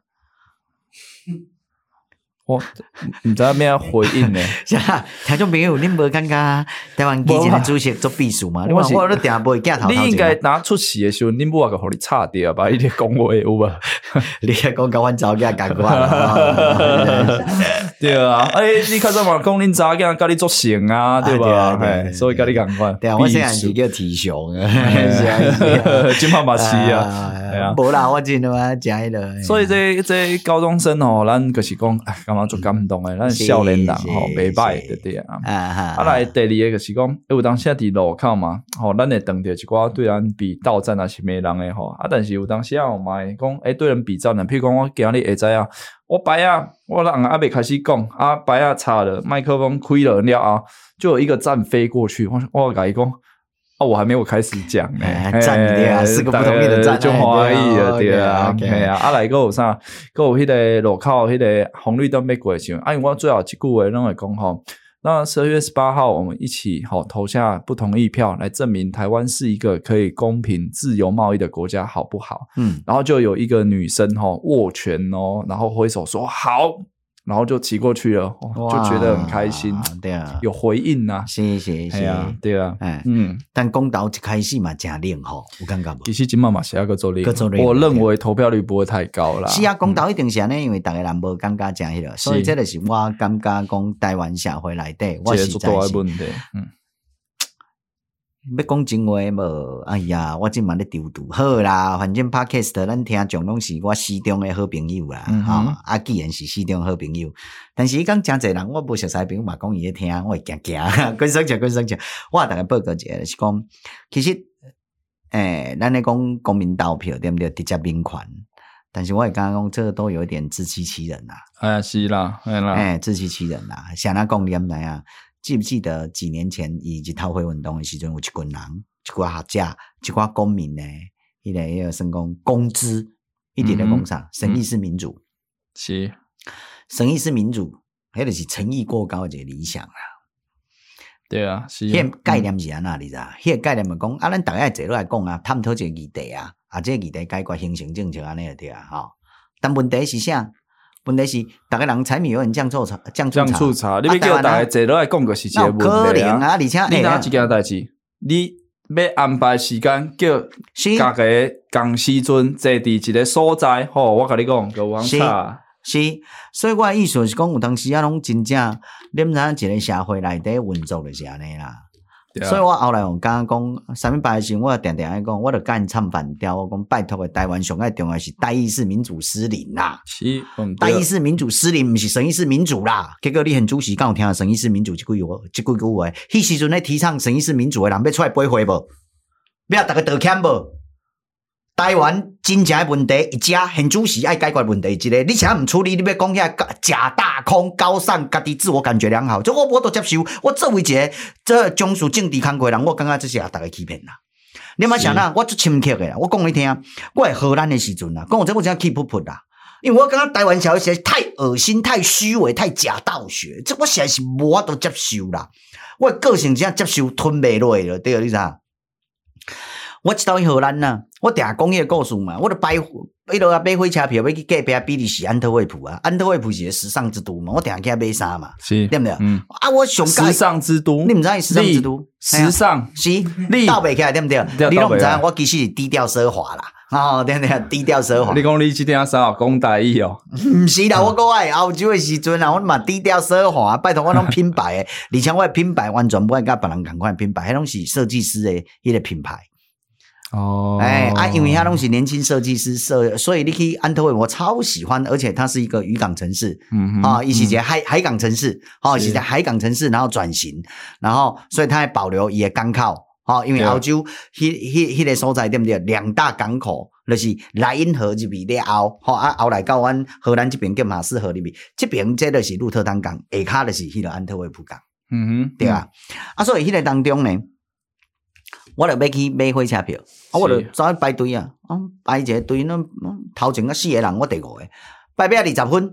我毋知咩回应呢？ 是啊，听众朋友，恁无感觉台湾基金的主席做秘书嘛？我我都定无镜头头前。 你应该拿出事的时候，恁母啊个互你插掉，把伊咧讲话有无？ 你讲甲阮查某囝共款啦。 对啊，诶，你较早嘛讲恁查某囝甲你作成啊，对吧？嘿，所以甲你共款。 对啊，我细汉是叫体雄啊， 是啊，金马马西啊， 系啊，无啦，我真的嘛，食迄个。 所以这这高中生吼，咱就是讲，哎，感觉足感动诶，咱少年人吼，袂歹对对啊。啊，来第二个就是讲，有当时伫路口嘛，吼，咱会碰到一寡对咱比道战啊是咩人诶吼，啊，但是有当时啊，嘛会讲，诶，对人比战啊，譬如讲我今日会知啊。我白啊，我人还没开始讲啊，白啊插了麦克风开了了啊，就有一个站飞过去，我我跟伊讲啊，我还没有开始讲呢， 站对啊，四个不同意的站， 就欢喜了对啊，系啊，啊来个有啥，个有迄个路口迄个红绿灯要过的时候，啊，因为我最后一句话拢会讲吼。那十二月十八号，我们一起好投下不同意票，来证明台湾是一个可以公平自由贸易的国家，好不好？嗯，然后就有一个女生哈握拳哦，然后挥手说好，然后就骑过去了，哦、就觉得很开心， 对啊， 有回应啊， 是是是， 啊，对啊， 哎，嗯，但公投一开始嘛，真冷吼，有感觉无？ 其实今嘛嘛是要个做冷，我认为投票率不会太高啦。 是啊，公投一定是安尼，因为大家人无感觉真迄个，所以这就是我感觉讲台湾社会内底，我实在是，嗯。要讲真话无？哎呀，我即嘛咧丢丢好啦，反正 Podcast 咱听众拢是我始终的好朋友啦，嗯、吼啊，既然是始终好朋友，但是伊讲真侪人，我无熟悉朋友嘛，讲伊咧听，我会惊惊，滚生气，滚生气。我大概报告一下，是讲，其实，诶、欸，咱咧讲公民投票对不对？直接民权，但是我会刚刚讲，这个都有一点自欺欺人啦。 哎呀，是啦，哎啦， 哎，自欺欺人啦，像咱讲念来啊。记不记得几年前以及逃回运动的时阵，有一群人、一寡学者、一寡公民呢，迄个迄个算讲公知，一直咧讲啥？审议式民主是审议式民主，迄个是诚意过高的一个理想啦。 对啊，是。 迄个概念是安那你知道？迄、嗯、个概念咪讲啊，咱大家坐落来讲啊，探讨一个议题啊，啊，这个议题解决形成政策安尼就对啊，吼。但问题是啥？问题是，大家人柴米油盐酱醋茶，酱醋茶， 酱醋茶，你要叫大家坐落来讲个是一个问题啊。 可能啊，而且你哪一件代志？你要安排时间叫各个共时阵坐伫一个所在，吼，我甲你讲，个王茶。 是，所以我的意思是讲，有当时啊，拢真正，你毋知一个社会内底运作就是安尼啦。所以我后来我刚刚讲三明白的时候，我定定爱讲，我就干唱反调，我讲拜托的台湾上爱重要是代议式民主失灵啦。 是，嗯、 代议式民主失灵，不是审议式民主啦。结果你很主席刚有听到审议式民主这句话，这句句话，迄时阵咧提倡审议式民主的人要出来背回无？要大家道歉无？台湾真正的问题一家很主席爱解决问题一个，你现在唔处理，你要讲遐假大空高尚，家己自我感觉良好，这我我都接受。我作为一个这从事政治工作人，我感觉这是啊大家欺骗啦。你莫想啦，我最深刻的啦，我讲你听，我系荷兰的时阵啦，讲这我真 keep 不扑啦，因为我感觉台湾社会实在太恶心、太虚伪、太假道学，这我实在是无法度接受啦。我个性真接受吞袂落了，对你知？我一到去荷兰呐，我定讲迄个故事嘛，我就摆迄落啊买火车票要去隔壁比利时安特卫普啊，安特卫普是个时尚之都嘛，我定去遐买衫嘛， 是对不对？ 嗯， 啊，我上时尚之都， 你毋知时尚之都， 时尚是你倒袂起来对不对？你拢毋知，我其实是低调奢华啦，哦，对对，低调奢华。 你讲你即件衫哦，讲台语哦， 毋是啦，我讲我欧洲的时阵啊，我嘛低调奢华，拜托我拢品牌的，而且我的品牌完全不会甲别人同款品牌，迄拢是设计师的迄个品牌。 哦， 哎啊，因为他拢是年轻设计师设，所以你去安特卫普我超喜欢，而且它是一个渔港城市，嗯啊，伊是一个海海港城市，哦，是一个海港城市，然后转型，然后所以它还保留伊的港口，哦，因为欧洲迄迄迄个所在对不对？两大港口就是莱茵河入面了后，吼啊后来到阮荷兰这边叫马斯河入面，这边这就是鹿特丹港，下骹就是迄个安特卫普港，嗯哼，对啊，啊，所以迄个当中呢。我就要去买火车票，啊，我就走去排隊啊，啊，排一個隊，那頭前啊四個人，我第五個，排排二十分，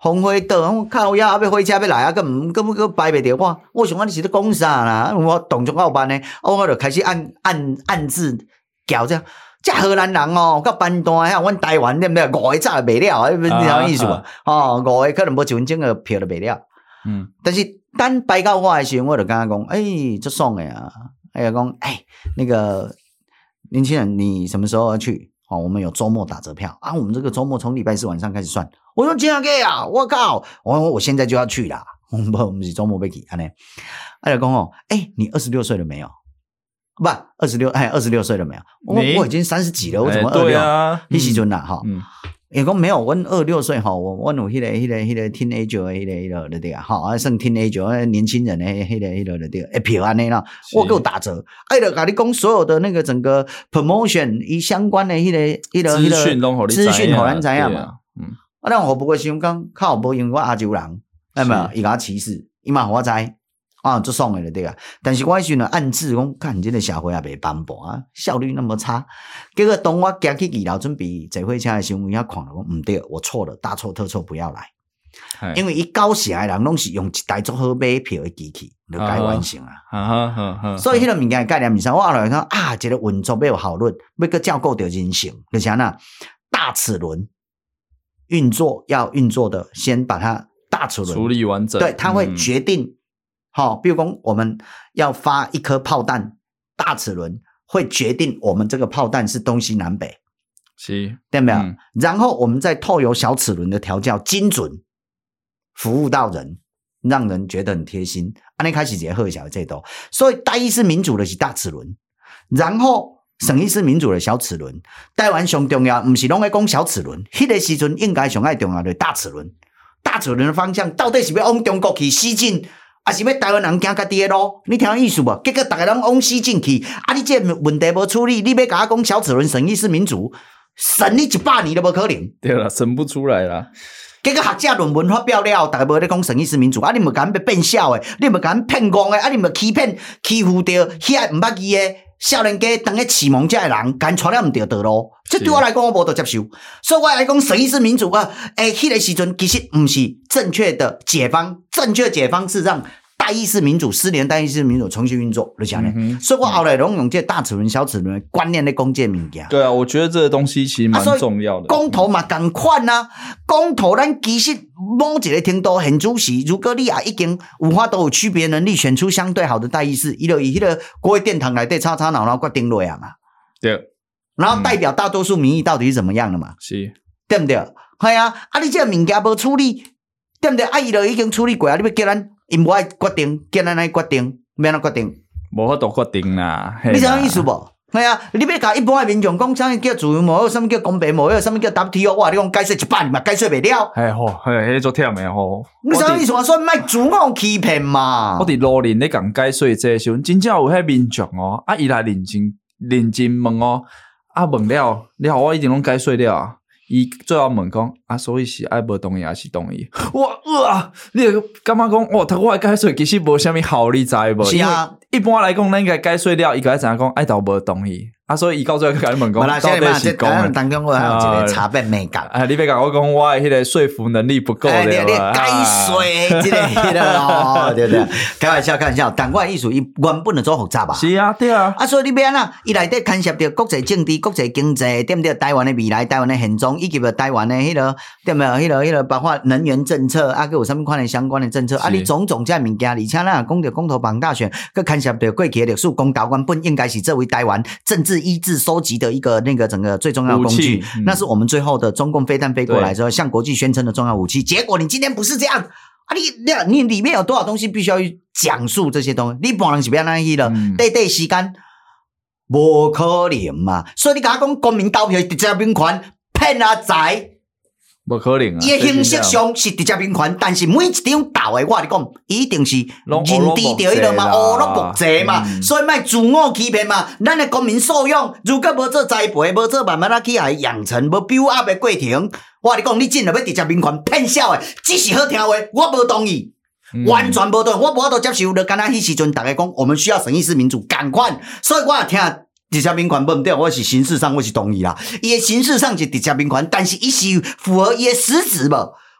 红花岛，我靠呀，要火车要来啊，根本根本个排袂着我。我想讲你是咧讲啥啦？我动作我有办呢，我就开始按按按字调这样。这荷兰人哦，到班单遐，阮台湾对不对？五个早就卖了，你知影意思无？哦，五个可能无一分钟个票就卖了。嗯，但是等排到我的时候，我就跟他讲，诶、欸，足爽的啊！哎呀，讲，诶，那个年轻人，你什么时候要去？哦，我们有周末打折票啊！我们这个周末从礼拜四晚上开始算。我说真的啊！我靠！我我现在就要去啦！我们我们是周末要去，安尼。哎，讲哦，诶，你二十六岁了没有？不，二十六，哎，二十六岁了没有？我我已经三十几了，我怎么二六？你时阵啦，哈，也讲没有，我二六岁哈，我我有迄个迄个迄个 teenager 迄个迄个的对啊，哈，啊，算 teenager 年轻人的迄个迄个的对，一票安尼啦，我够打折，哎，就甲你讲所有的那个整个 promotion 伊相关的迄个迄个资讯拢互你资讯互咱知影嘛，嗯，啊，咱我不过想讲，靠无因为我亚洲人，哎没有，伊甲歧视，伊嘛互我知。啊，足爽的对啊！但是我迄时呢暗自讲，看这个社会也袂斑驳啊，效率那么差。结果当我行去二楼准备坐火车的时候，我遐看了讲，唔对，我错了，大错特错，不要来。因为伊九成的人拢是用一台足好买票的机器就改完成啊。啊哈哈！所以迄个物件的概念，毋是我后来讲啊，一个运作要有效率，要个照顾到人性，就是安那大齿轮运作要运作的，先把它大齿轮处理完整， 对，它会决定。嗯好，比如说我们要发一颗炮弹，大齿轮会决定我们这个炮弹是东西南北， 是， 对没有？嗯、然后我们再透由小齿轮的调教，精准服务到人，让人觉得很贴心。安尼开始结合小这都，所以台意识民主的是大齿轮，然后省意识民主的小齿轮。台湾上重要，不是拢在讲小齿轮，迄、那个时阵应该上爱重要的大齿轮。大齿轮的方向到底是要往中国去西进？啊，是要台湾人行家己的路，你听意思无？结果大家拢往西进去，啊，你这问题无处理，你要甲我讲小齿轮省意识民主，省你一百年都无可能。 对啦，省不出来啦。 结果学者论文发表了，大家无咧讲省意识民主，啊，你无甲咱变小诶，你无甲咱骗戆诶，啊，你无欺骗欺负着遐毋捌字诶少年家当咧启蒙遮诶人，甲因带了毋对道路。这对我来讲，我无得接受。所以我来讲，省意识民主啊，诶，迄个时阵其实毋是正确的解方，正确解方是让大意识民主失联，大意识民主重新运作，就这样、嗯、所以我后来拢用这大齿轮、小齿轮的观念来讲这物件。 对啊，我觉得这个东西其实蛮重要的。 公投嘛，同款啊，公投咱其实某一个程度很主席，如果你也已经有法都有区别能力，选出相对好的大意识，伊就以迄个国会殿堂内底吵吵闹闹决定落啊嘛。 对。 然后代表大多数民意到底是怎么样的嘛？ 是， 对不对？系啊，啊你这个物件无处理，对不对？啊伊就已经处理过啊，你要叫咱。因无爱决定，叫咱来决定，要安怎决定？ 无法度决定啦。 你知影意思无？系啊，你要甲一般诶民众讲，啥物叫自由贸易，啥物叫公平贸易，啥物叫 W T O， 我你讲解释一百年嘛，解释袂了。 哎吼，嘿，迄做忝诶吼。 你啥意思？我说卖自我欺骗嘛。 我伫路林咧讲解说这时阵，真正有迄民众哦，啊，伊来认真认真问哦，啊问了，了我已经拢解说了。伊最后问讲啊，所以是爱无同意还是同意？哇哇！你感觉讲哦，他我解说其实无啥物好，你知无？ 是啊， 一般来讲，咱应该解说了，伊个知影讲爱到无同意啊，所以伊到最后甲你问讲，到底是讲当中我还有一个差别美感。 啊，你别甲我讲，我迄个说服能力不够对吧？ 你解说这个迄个哦，对不对？开玩笑，开玩笑。但我的意思，伊原本就做复杂吧？ 是啊，对啊。 啊，所以你要安怎？伊内底牵涉到国际政治、国际经济，对不对？台湾的未来、台湾的现状，以及台湾的迄个对不对？迄个迄个包括能源政策啊，佮有啥物款的相关的政策啊？你种种这物件，而且咱也讲到公投绑大选，佮牵涉到过去的历史，公投原本应该是作为台湾政治意志收集的一个那个整个最重要的工具，嗯、那是我们最后的中共飞弹飞过来之后向国际宣称的重要武器。结果你今天不是这样啊！你你里面有多少东西必须要去讲述这些东西？你不能是不要那去了，对对时间不可能嘛！所以你讲讲公民投票直接民权骗啊财。 不可能啊！ 伊形式上是直接民权，但是每一张投的，我跟你讲，一定是认知到迄个嘛，乌落木济嘛，嗯、所以莫自我欺骗嘛。咱的公民素养，如果无做栽培，无做慢慢啊起来养成，无 build up 的过程，我跟你讲，你真的要直接民权骗小的，只是好听话，我无同意。嗯、完全无同意，我无法度接受。就敢若迄时阵，大家讲我们需要审议式民主，赶快，所以我也听。直接民权不对，我是形式上我是同意啦。伊的形式上是直接民权，但是伊是符合伊的实质无？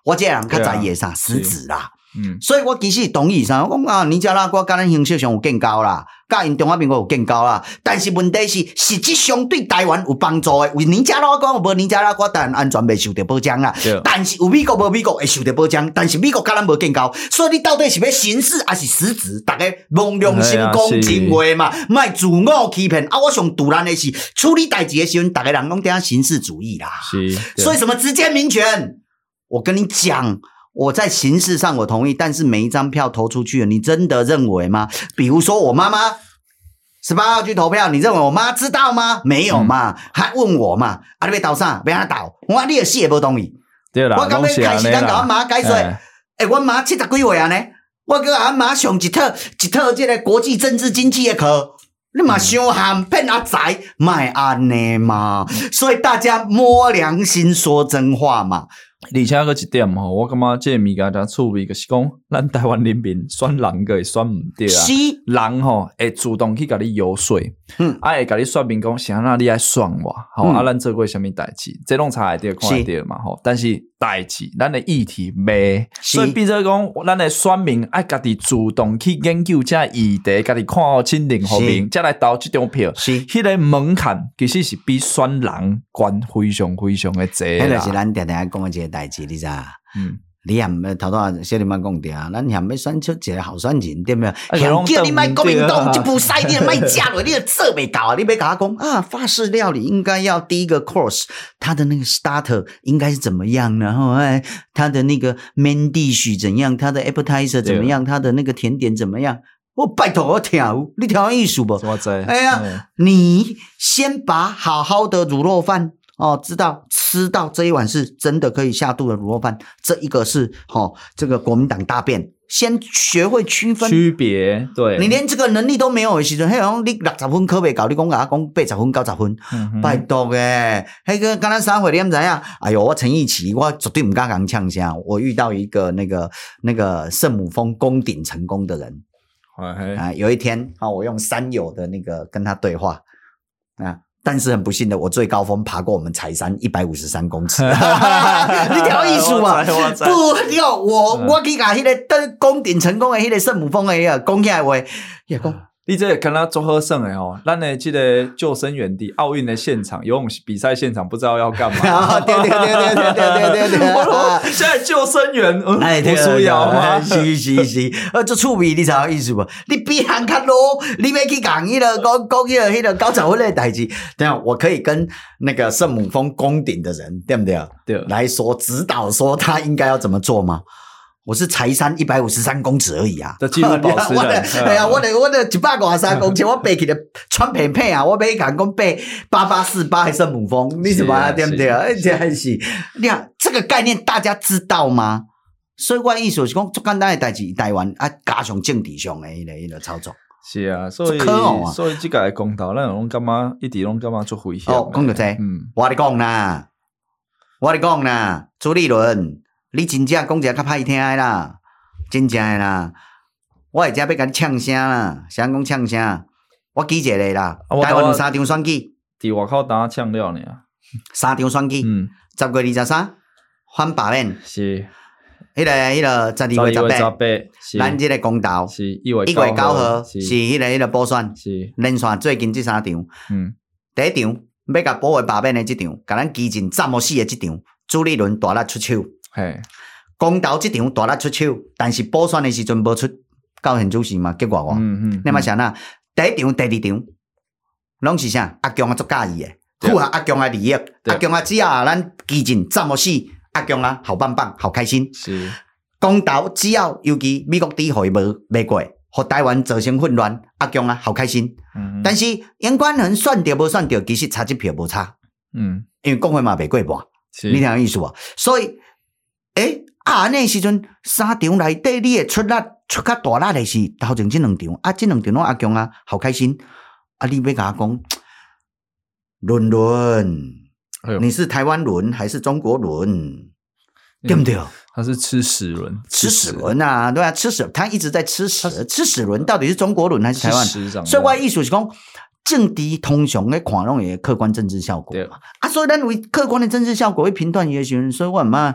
我这个人较在意啥实质啦。 嗯， 所以我其實同意啥，我講啊，尼加拉瓜甲咱形式上有建交啦，甲因中華民國有建交啦，但是問題是實質上對台灣有幫助誒，為尼加拉瓜有無尼加拉瓜，台灣安全未受到保障啦。但是有美國無美國會受到保障，但是美國甲咱無建交，所以你到底是要形式還是實質？大家望良心講真話嘛，莫自我欺騙。啊，我上杜蘭的是處理代志的時候，大家人攏點形式主義啦。是，所以什麼直接民權？我跟你講。我在形式上我同意，但是每一張票投出去了，你真的認為嗎？比如說我媽媽十八號去投票，你認為我媽知道嗎？沒有嘛，嗯、還問我嘛，啊你要投啥？要安怎投？我你的死也不同意。對啦，我剛剛開始咱甲我媽解說，誒、欸，我媽七十幾歲啊呢，我跟阿媽上一套一套這個國際政治經濟的課，你嘛傷喊騙阿仔，賣安尼嘛，所以大家摸良心說真話嘛。 而且還有一點吼，我感覺這個物件真趣味，就是講咱台灣人民選人個會選唔對啊。是人吼會主動去甲你遊說，嗯，啊會甲你說明講，是安怎你愛選我，吼、嗯、啊咱做過啥物代志，這攏查會到看會到嘛吼。但是代志，咱的議題未，所以變做講，咱的選民愛家己主動去研究這議題，家己看好清楚後面，再來投這張票。是，迄個門檻其實是比選人高非常非常的濟啦。迄個是咱定定講嘅這個代志，你知？嗯，你也唔頭頭小林媽講對啊，咱也唔要選出一個好選人，對唔對？想叫你買國民黨這部賽，你買假了，你也做未到啊！你別甲我講啊，法式料理應該要第一個 course，它的那個 starter 應該是怎麼樣呢？然後哎，它的那個 main dish 怎樣？它的 appetizer 怎麼樣？它的那個甜點怎麼樣？我拜託我聽，你聽藝術不？哎呀，嗯、你先把好好的滷肉飯。哦，知道吃到這一碗是真的可以下肚的滷肉飯，這一個是哦，這個國民黨大便，先學會區分區別，對，你連這個能力都沒有的時候，嘿，你六十分考未到，你講甲我講八十分九十分，嗯、拜託誒，迄個剛才三回你唔知啊？哎呦，我陳奕奇，我絕對唔敢講嗆聲，我遇到一個那個那個聖母峰攻頂成功的人，啊、呃，有一天啊、哦，我用山友的那個跟他對話啊。但是很不幸的，我最高峰爬過我們柴山一百五十三公尺。你條藝術嘛？不，你看我我去甲迄個登攻頂成功的迄個聖母峰的迄個講起來話，也講。 你這個跟他做好勝誒吼，咱的這個救生員的奧運的現場，游泳比賽現場不知道要幹嘛。對對對對對對對對對。現在救生員，嗯，不需要嗎？是是是，呃，做趣味你才有意思無？ 你比人較low，你要去講迄個講講迄個迄個高潮分的代志，對啊，我可以跟那個聖母峰攻頂的人，對不對？對，來說指導說他應該要怎麼做嗎？我是柴山一百五十三公尺而已啊！ 的紀錄保持人， 哎呀，我的我的一百五十三公尺，我背起來穿片片啊！我背講講背八八四八還聖母峰，你是嘛？對不對？而且還是，你看這個概念大家知道嗎？所以我意思是講，最簡單的代志，台灣啊加上政治上的迄個迄個操作。 是啊，所以所以這個公投，咱攏感覺一直攏感覺做危險。 哦，講到這，嗯，我嚟講啦，我嚟講啦，朱立倫。你真正講一個較歹聽的啦，真正的啦，我會遮要甲你嗆聲啦，誰講嗆聲？我記一個啦，啊、台灣有三場選舉， 佇外口打嗆了呢。 三場選舉，嗯，十月二十三反罷免是，迄、那個迄、那個十二月十八，咱這個公投是一月九號是迄個迄個補選，是連續最近這三場，嗯，第一場要甲保衛罷免的這場，甲咱基進暫無死的這場，朱立倫大力出手。嘿，公投這場大力出手，但是補選的時陣無出到現主席嘛，結果我，嗯嗯，你嘛想哪？第一場、第二場，攏是啥？阿強啊，足介意的，符合阿強的利益。阿強啊，只要咱基進暫無死，阿強啊，好棒棒，好開心。是公投，只要尤其美國底會無未過，互台灣造成混亂，阿強啊，好開心。嗯，但是顏寬恆選着無選着，其實差一票無差。嗯，因為國會嘛未過半，你聽有意思無？所以。誒，啊，安尼時陣三場內底，你會出力出較大力的是頭前這兩場，啊，這兩場攏阿強啊，好開心。啊，你要甲我講，倫倫，哎、你是台灣輪還是中國輪？嗯、對不對？ 他是吃屎輪， 吃屎輪啊，對啊，吃屎，他一直在吃屎，吃屎輪到底是中國輪還是台灣？所以我的意思是講，政治通常咧看攏會客觀政治效果嘛。啊，所以咱為客觀的政治效果去評斷伊的時陣，所以我毋啊。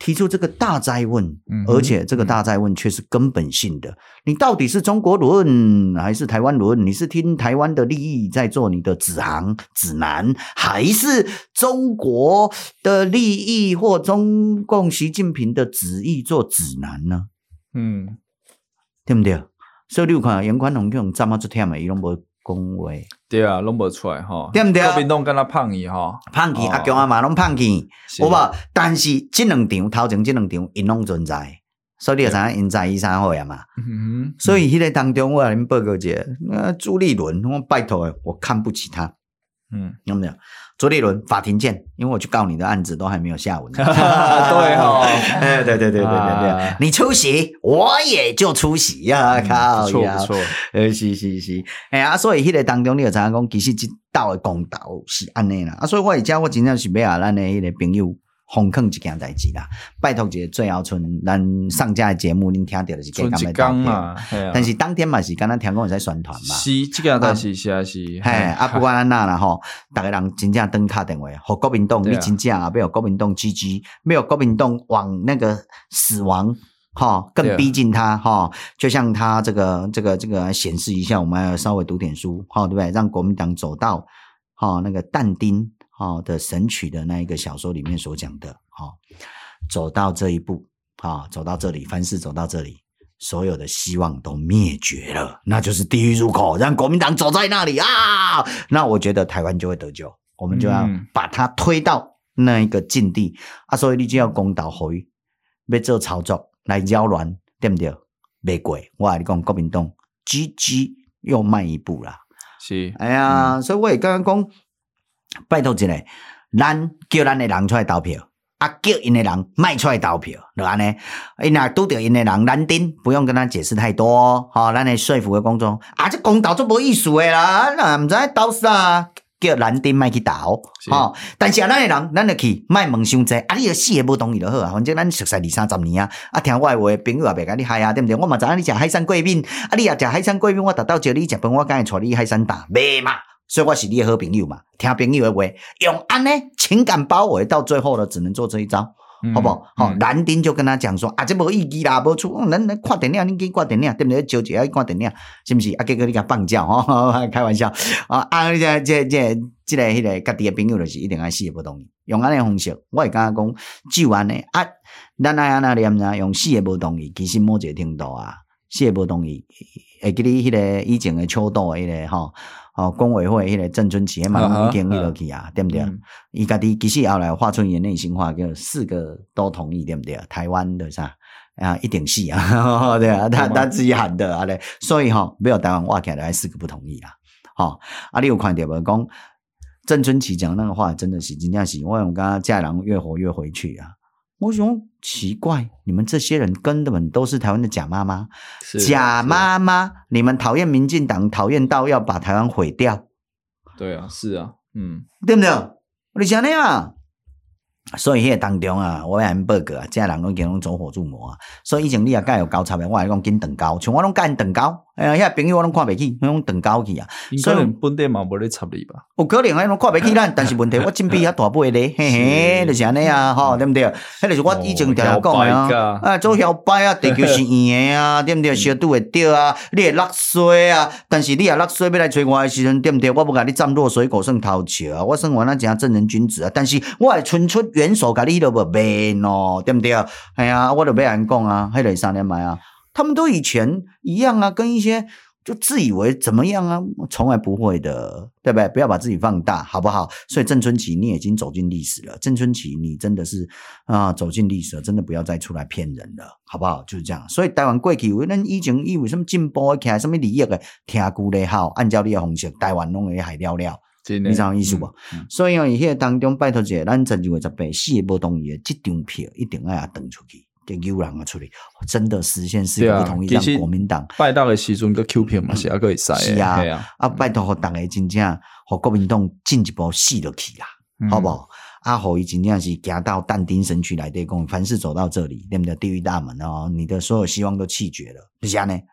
提出这个大哉问， 嗯、 而且这个大哉问却是根本性的。你到底是中国论还是台湾论？你是听台湾的利益在做你的指航指南，还是中国的利益或中共习近平的旨意做指南呢？ 嗯， 对不对？所以你有看严宽宏这种这么做忝的，伊拢无讲话。对啊，拢无出来吼， 对不对？ 国民党敢若胖去吼， 胖去，阿强阿妈拢胖去，有无？但是这两场头前这两场因拢存在，所以你就知影因在意啥货呀嘛。嗯、所以迄个当中，我来恁报告一下，呃，朱立伦，我拜托诶，我看不起他。嗯，有没有？朱立伦法庭见，因为我去告你的案子都还没有下文。对哦， 哎，对对对对对对，啊、你出席，我也就出席呀、啊嗯！靠， 不错不错， 呃，是是是，哎呀、啊，所以迄个当中你就知影讲，其实这道的公道是安尼啦。啊，所以我而家我真正是要啊，咱的迄个朋友。封坑一件代志啦，拜托一个最后村，咱上架的节目恁听到就是加甘的当天嘛，但是当天嘛是敢若听讲会使宣传嘛， 是这件代志是啊是， 嘿啊不管安那啦吼，逐个人真正登敲电话，互国民党，你真正啊要国民党 G G， 要国民党往那个死亡。哈，更逼近他哈，就像他这个这个这个显示一下，我们要稍微读点书，哈，对不对？让国民党走到哈那个但丁。哦的神曲的那一个小说里面所讲的，哦，走到这一步，啊、哦，走到这里，凡事走到这里，所有的希望都灭绝了，那就是地狱入口，让国民党走在那里啊，那我觉得台湾就会得救，我们就要把它推到那一个境地、嗯、啊，所以你就要公道回去，要做操作来扰乱，对不对？没过，我跟你讲，国民党 G G 又迈一步啦， 是， 哎呀，嗯、所以我也刚刚讲。拜托一下，咱叫咱的人出来投票，啊，叫因的人卖出来投票，就安尼。因若拄着因的人难顶，不用跟他解释太多，吼、哦，咱的说服的工作，啊，这公道足无意思的啦，咱毋知投啥，叫难顶卖去投，吼、哦。但是啊，咱的人，咱就去卖问伤济，啊，你就死也无同意就好啊，反正咱熟悉二三十年啊，啊，听我的话，朋友也袂甲你害啊，对不对？我嘛知影你食海产贵宾，啊，你也食海产贵宾，我逐道招你食饭，我敢会带你海产打，袂嘛？所以我是你的好朋友嘛，听朋友的话，用安呢情感包围，到最后呢，只能做这一招，嗯、好不好？好、嗯，蓝丁就跟他讲说啊，这无意义啦，无出，咱咱看电影，你去看电影，对不对？纠结要看电影，是不是？啊，结果你甲放假哦，开玩笑啊！啊，这这这这个迄个家己的朋友就是一定爱死也不同意，用安尼方式，我会感觉讲，就安尼啊，咱爱安那念呢？用死也不同意，其实某一个程度啊，死也不同意，会记你迄个以前的秋斗迄个吼。哦，工委会迄个郑春琪嘛，拢已经议落去啊，啊对不对？伊家己其實後來畫出伊內心話，叫四個都同意，對不對？台灣的啥啊，一定是啊，對啊，他他自己喊的啊嘞，所以哈、哦，沒有台灣畫起來四個不同意啦。好、哦，啊，你有看到無？講郑春琪講那個話，真的是真正是，我有感覺這人越活越回去啊。我想奇怪，你們這些人根本都是台灣的假媽媽，假媽媽，你們討厭民進黨，討厭到要把台灣毀掉。 對啊，是啊，嗯， 對不對？你想那樣，所以迄個當中啊，我喺報告啊，這人都已經攏走火入魔啊。所以以前你也甲有交叉的，我係講緊長交，像我攏甲因長交，哎呀，遐朋友我攏看袂起，我攏長交去啊。 所以本地嘛無咧插你吧？ 有可能啊，攏看袂起咱，但是問題我真比遐大尾咧，嘿嘿，就是安尼啊，吼，對不對？迄就是我以前常常講的啊，啊，做搖擺啊，地球是圓的啊，對不對？小拄會掉啊，你會落水啊，但是你也落水要來找我的時陣，對不對？我不甲你斬落水果算偷笑啊，我算完咱真正人君子啊，但是我會伸出援手甲你都無免哦，對不對？哎呀，我就要安講啊，迄個三年買啊。他們都以前一樣啊，跟一些就自以為怎麼樣啊，從來不會的，對不對？不要把自己放大，好不好？所以鄭春琪你已經走進歷史了，鄭春琪你真的是啊走進歷史了，真的不要再出來騙人了，好不好？就是這樣。所以台灣過去有咱以前以為什麼進步的，起來什麼利益的，聽久咧好，按照你的方式，台灣攏會害了了。你知道意思不？嗯嗯、所以哦，伊迄個當中拜託者，咱十二月十八死也無同意的，這張票一定要登出去。給有人啊出嚟，真的實現四個不同意，讓國民黨拜登嘅時陣個 Q 票嘛是還可以使嘅， 是啊，啊，啊拜託互大家真正，互國民黨進一步死落去啦，嗯、好不好？啊，互伊真正是行到但丁神區來對講，凡事走到這裡，對不對？地獄大門哦，你的所有希望都棄絕了，就是這樣呢。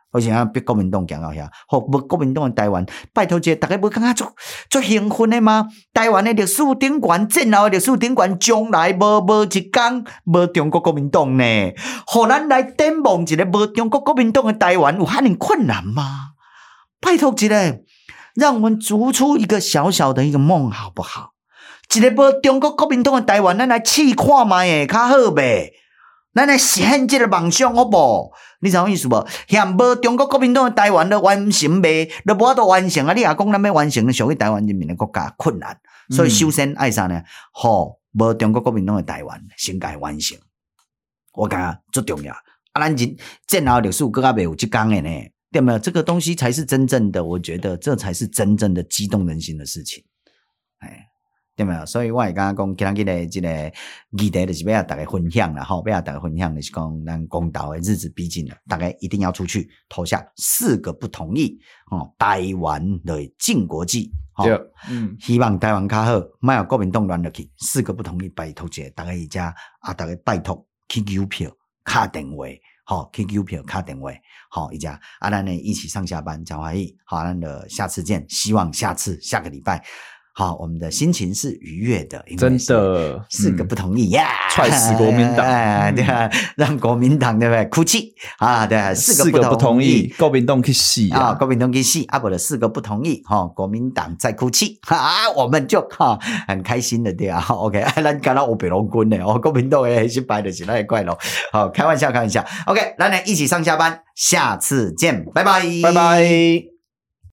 而且啊，逼国民党行到遐，好，无国民党的台湾，拜托者，大家无感觉足足兴奋的吗？台湾的历史顶悬，战后的历史顶悬，将来无无一天无中国国民党呢？互咱来展望一个无中国国民党的台湾，有遐尼困难吗？拜托一个，让我们逐出一个小小的一个梦，好不好？一个无中国国民党的台湾，咱来试看卖诶，较好袂？咱来实现这个梦想好无？你知影意思无？嫌无中国国民党的台湾的完成未？都无法度完成啊！你也讲咱要完成，属于台湾人民的国家困难，所以首先爱啥呢？好，无中国国民党的台湾先该完成，我感觉最重要。啊，咱人战后历史更加未有即天的呢，对没有？这个东西才是真正的，我觉得这才是真正的激动人心的事情，哎。对没有？所以我会感觉讲，今日这个议题就是要大家分享啦，吼，要大家分享就是讲，咱公投的日子逼近了，大家一定要出去投下四个不同意，哦，台湾的进国际，吼，嗯，希望台湾较好，莫有国民党乱落去，四个不同意，拜托者，大家一家啊，大家拜托去邮票、打电话，好，去邮票、打电话，好，一家啊，咱呢一起上下班，讲华语，好，咱的下次见，希望下次下个礼拜。好，我们的心情是愉悦的， 真的四个不同意呀， 踹死国民党， 哎，对啊，让国民党对不对哭泣啊？对啊， 四个不同意，国民党去死啊， 国民党去死，啊，不的四个不同意，哈，国民党在哭泣啊，我们就哈很开心的对啊 ，OK， 咱看到有北龙军的哦，国民党的失败的是那也怪咯，好，开玩笑，开玩笑 ，OK， 咱来一起上下班，下次见，拜拜， 拜拜。